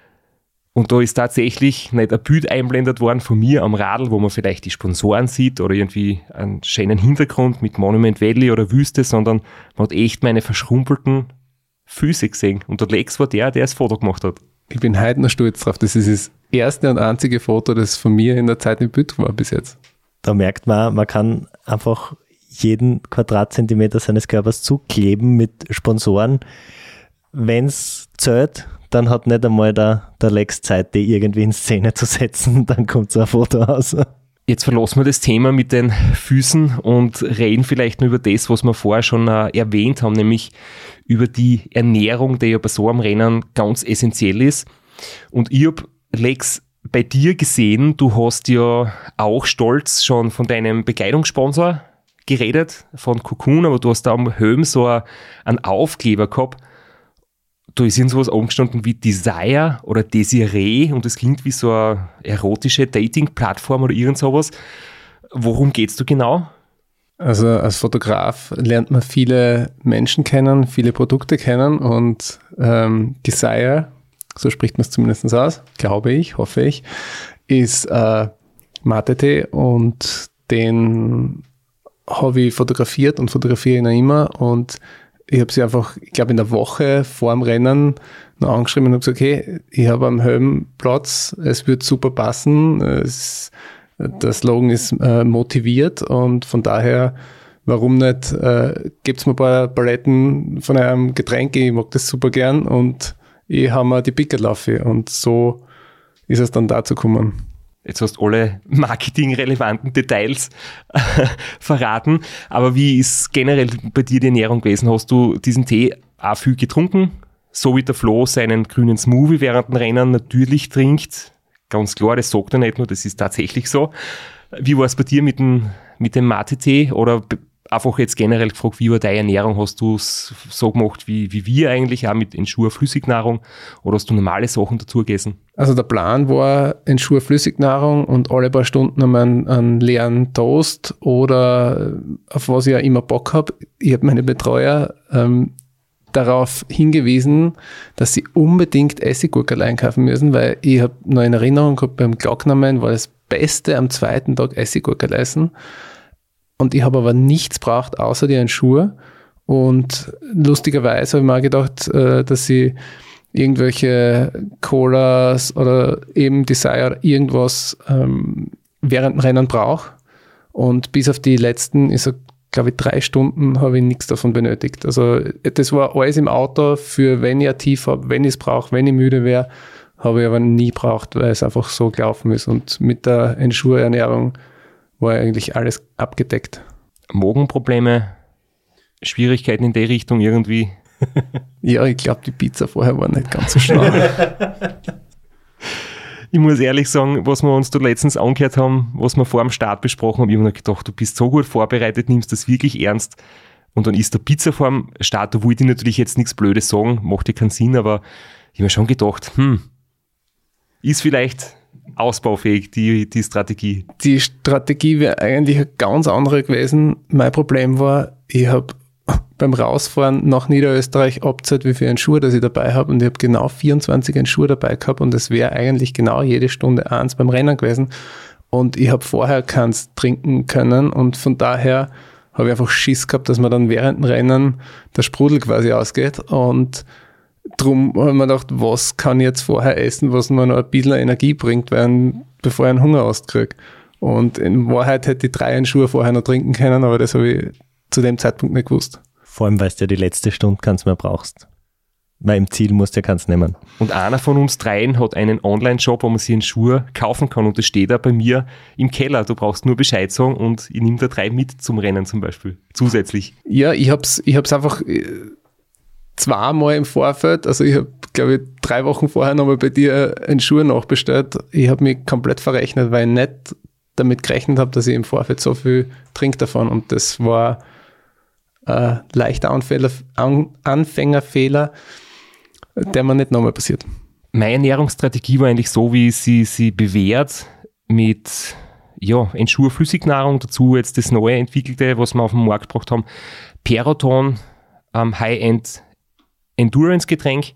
Und da ist tatsächlich nicht ein Bild einblendet worden von mir am Radl, wo man vielleicht die Sponsoren sieht oder irgendwie einen schönen Hintergrund mit Monument Valley oder Wüste, sondern man hat echt meine verschrumpelten Füße gesehen. Und der Lex war der, der das Foto gemacht hat. Ich bin heute noch stolz drauf. Das ist das erste und einzige Foto, das von mir in der Zeit im Bild war bis jetzt. Da merkt man, man kann einfach jeden Quadratzentimeter seines Körpers zukleben mit Sponsoren. Wenn es zählt, dann hat nicht einmal der, der Lex Zeit, die irgendwie in Szene zu setzen, dann kommt so ein Foto raus. Jetzt verlassen wir das Thema mit den Füßen und reden vielleicht nur über das, was wir vorher schon äh, erwähnt haben, nämlich über die Ernährung, die ja bei so einem Rennen ganz essentiell ist. Und ich habe, Lex, bei dir gesehen, du hast ja auch stolz schon von deinem Bekleidungssponsor geredet, von Cocoon, aber du hast da am Helm so einen Aufkleber gehabt. Da ist irgend sowas angestanden wie Desire oder Desiree und das klingt wie so eine erotische Dating-Plattform oder irgend sowas. Worum geht's da genau? Also als Fotograf lernt man viele Menschen kennen, viele Produkte kennen und ähm, Desire, so spricht man es zumindest aus, glaube ich, hoffe ich, ist äh, Mate-Tee und den habe ich fotografiert und fotografiere ihn auch immer und ich habe sie einfach, ich glaube in der Woche vor dem Rennen noch angeschrieben und habe gesagt, okay, ich habe am Helm Platz, es wird super passen, es, der Slogan ist äh, motiviert und von daher, warum nicht, äh, gebt mir ein paar Paletten von einem Getränk, ich mag das super gern und ich habe mir die Pickerlaufe und so ist es dann dazu gekommen. Jetzt hast du alle marketingrelevanten Details äh, verraten, aber wie ist generell bei dir die Ernährung gewesen? Hast du diesen Tee auch viel getrunken? So wie der Flo seinen grünen Smoothie während dem Rennen natürlich trinkt. Ganz klar, das sagt er nicht nur, das ist tatsächlich so. Wie war es bei dir mit dem, mit dem Mate-Tee? Oder einfach jetzt generell gefragt, wie war deine Ernährung? Hast du es so gemacht wie, wie wir eigentlich, auch mit Ensure Flüssignahrung? Oder hast du normale Sachen dazu gegessen? Also der Plan war Ensure Flüssignahrung und alle paar Stunden einen, einen leeren Toast oder auf was ich ja immer Bock habe. Ich habe meine Betreuer ähm, darauf hingewiesen, dass sie unbedingt Essiggurkel einkaufen müssen, weil ich habe noch in Erinnerung gehabt, beim Glocknamen war das Beste am zweiten Tag Essiggurkel essen. Und ich habe aber nichts braucht, außer die Ensure. Und lustigerweise habe ich mir auch gedacht, dass ich irgendwelche Colas oder eben Desire oder irgendwas ähm, während dem Rennen brauche. Und bis auf die letzten, ich sag, glaube ich, drei Stunden habe ich nichts davon benötigt. Also das war alles im Auto für, wenn ich ein Tief habe, wenn ich es brauche, wenn ich müde wäre, habe ich aber nie braucht, weil es einfach so gelaufen ist. Und mit der Ensure-Ernährung war eigentlich alles abgedeckt. Magenprobleme, Schwierigkeiten in der Richtung irgendwie? Ja, ich glaube, die Pizza vorher war nicht ganz so schlau. Ich muss ehrlich sagen, was wir uns da letztens angehört haben, was wir vor dem Start besprochen haben, ich habe mir gedacht, du bist so gut vorbereitet, nimmst das wirklich ernst und dann ist der Pizza vor dem Start, da wollte ich natürlich jetzt nichts Blödes sagen, macht ja keinen Sinn, aber ich habe mir schon gedacht, hm, ist vielleicht ausbaufähig, die, die Strategie. Die Strategie wäre eigentlich eine ganz andere gewesen. Mein Problem war, ich habe beim Rausfahren nach Niederösterreich abgezählt, wie viele Ensure das ich dabei habe und ich habe genau vierundzwanzig Ensure dabei gehabt und es wäre eigentlich genau jede Stunde eins beim Rennen gewesen und ich habe vorher keins trinken können und von daher habe ich einfach Schiss gehabt, dass mir dann während dem Rennen der Sprudel quasi ausgeht und drum habe ich mir gedacht, was kann ich jetzt vorher essen, was mir noch ein bisschen Energie bringt, weil, bevor ich einen Hunger auskriege. Und in Wahrheit hätte ich drei Schuhe vorher noch trinken können, aber das habe ich zu dem Zeitpunkt nicht gewusst. Vor allem, weil du ja die letzte Stunde keins mehr brauchst. Weil im Ziel musst du ja keins nehmen. Und einer von uns dreien hat einen Online-Shop, wo man sich einen Schuh kaufen kann und das steht da bei mir im Keller. Du brauchst nur Bescheid sagen und ich nehme da drei mit zum Rennen zum Beispiel, zusätzlich. Ja, ich habe es ich hab's einfach zweimal im Vorfeld, also ich habe, glaube ich, drei Wochen vorher nochmal bei dir einen Schuh nachbestellt. Ich habe mich komplett verrechnet, weil ich nicht damit gerechnet habe, dass ich im Vorfeld so viel trinke davon und das war ein leichter Anfänger, Anfängerfehler, der mir nicht nochmal passiert. Meine Ernährungsstrategie war eigentlich so, wie sie sie bewährt, mit ja, Ensure Flüssignahrung, dazu jetzt das neue entwickelte, was wir auf den Markt gebracht haben, Peroton, ähm, High-End Endurance-Getränk.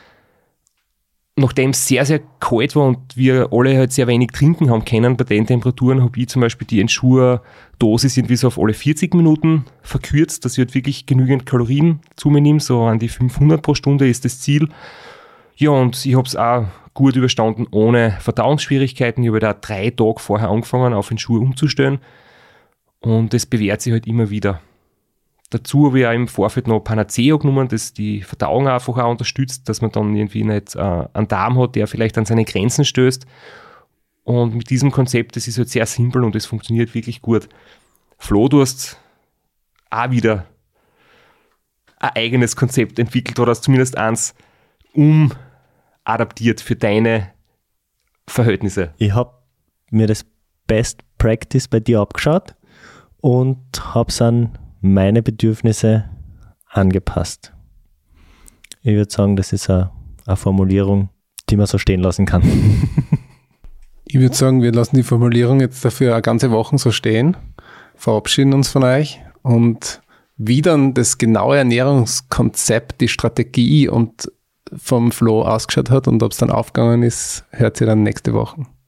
Nachdem es sehr, sehr kalt war und wir alle halt sehr wenig trinken haben können, bei den Temperaturen habe ich zum Beispiel die Ensure-Dosis irgendwie so auf alle vierzig Minuten verkürzt, dass ich halt wirklich genügend Kalorien zu mir nehme, so an die fünfhundert pro Stunde ist das Ziel. Ja, und ich habe es auch gut überstanden ohne Verdauungsschwierigkeiten. Ich habe da drei Tage vorher angefangen, auf Ensure umzustellen und das bewährt sich halt immer wieder. Dazu habe ich auch im Vorfeld noch Panacea genommen, das die Verdauung einfach auch unterstützt, dass man dann irgendwie nicht äh, einen Darm hat, der vielleicht an seine Grenzen stößt. Und mit diesem Konzept, das ist halt sehr simpel und es funktioniert wirklich gut. Flo, du hast auch wieder ein eigenes Konzept entwickelt oder hast zumindest eins umadaptiert für deine Verhältnisse. Ich habe mir das Best Practice bei dir abgeschaut und habe es an meine Bedürfnisse angepasst. Ich würde sagen, das ist eine, eine Formulierung, die man so stehen lassen kann. Ich würde sagen, wir lassen die Formulierung jetzt dafür eine ganze Woche so stehen, verabschieden uns von euch und wie dann das genaue Ernährungskonzept, die Strategie und vom Flo ausgeschaut hat und ob es dann aufgegangen ist, hört ihr dann nächste Woche.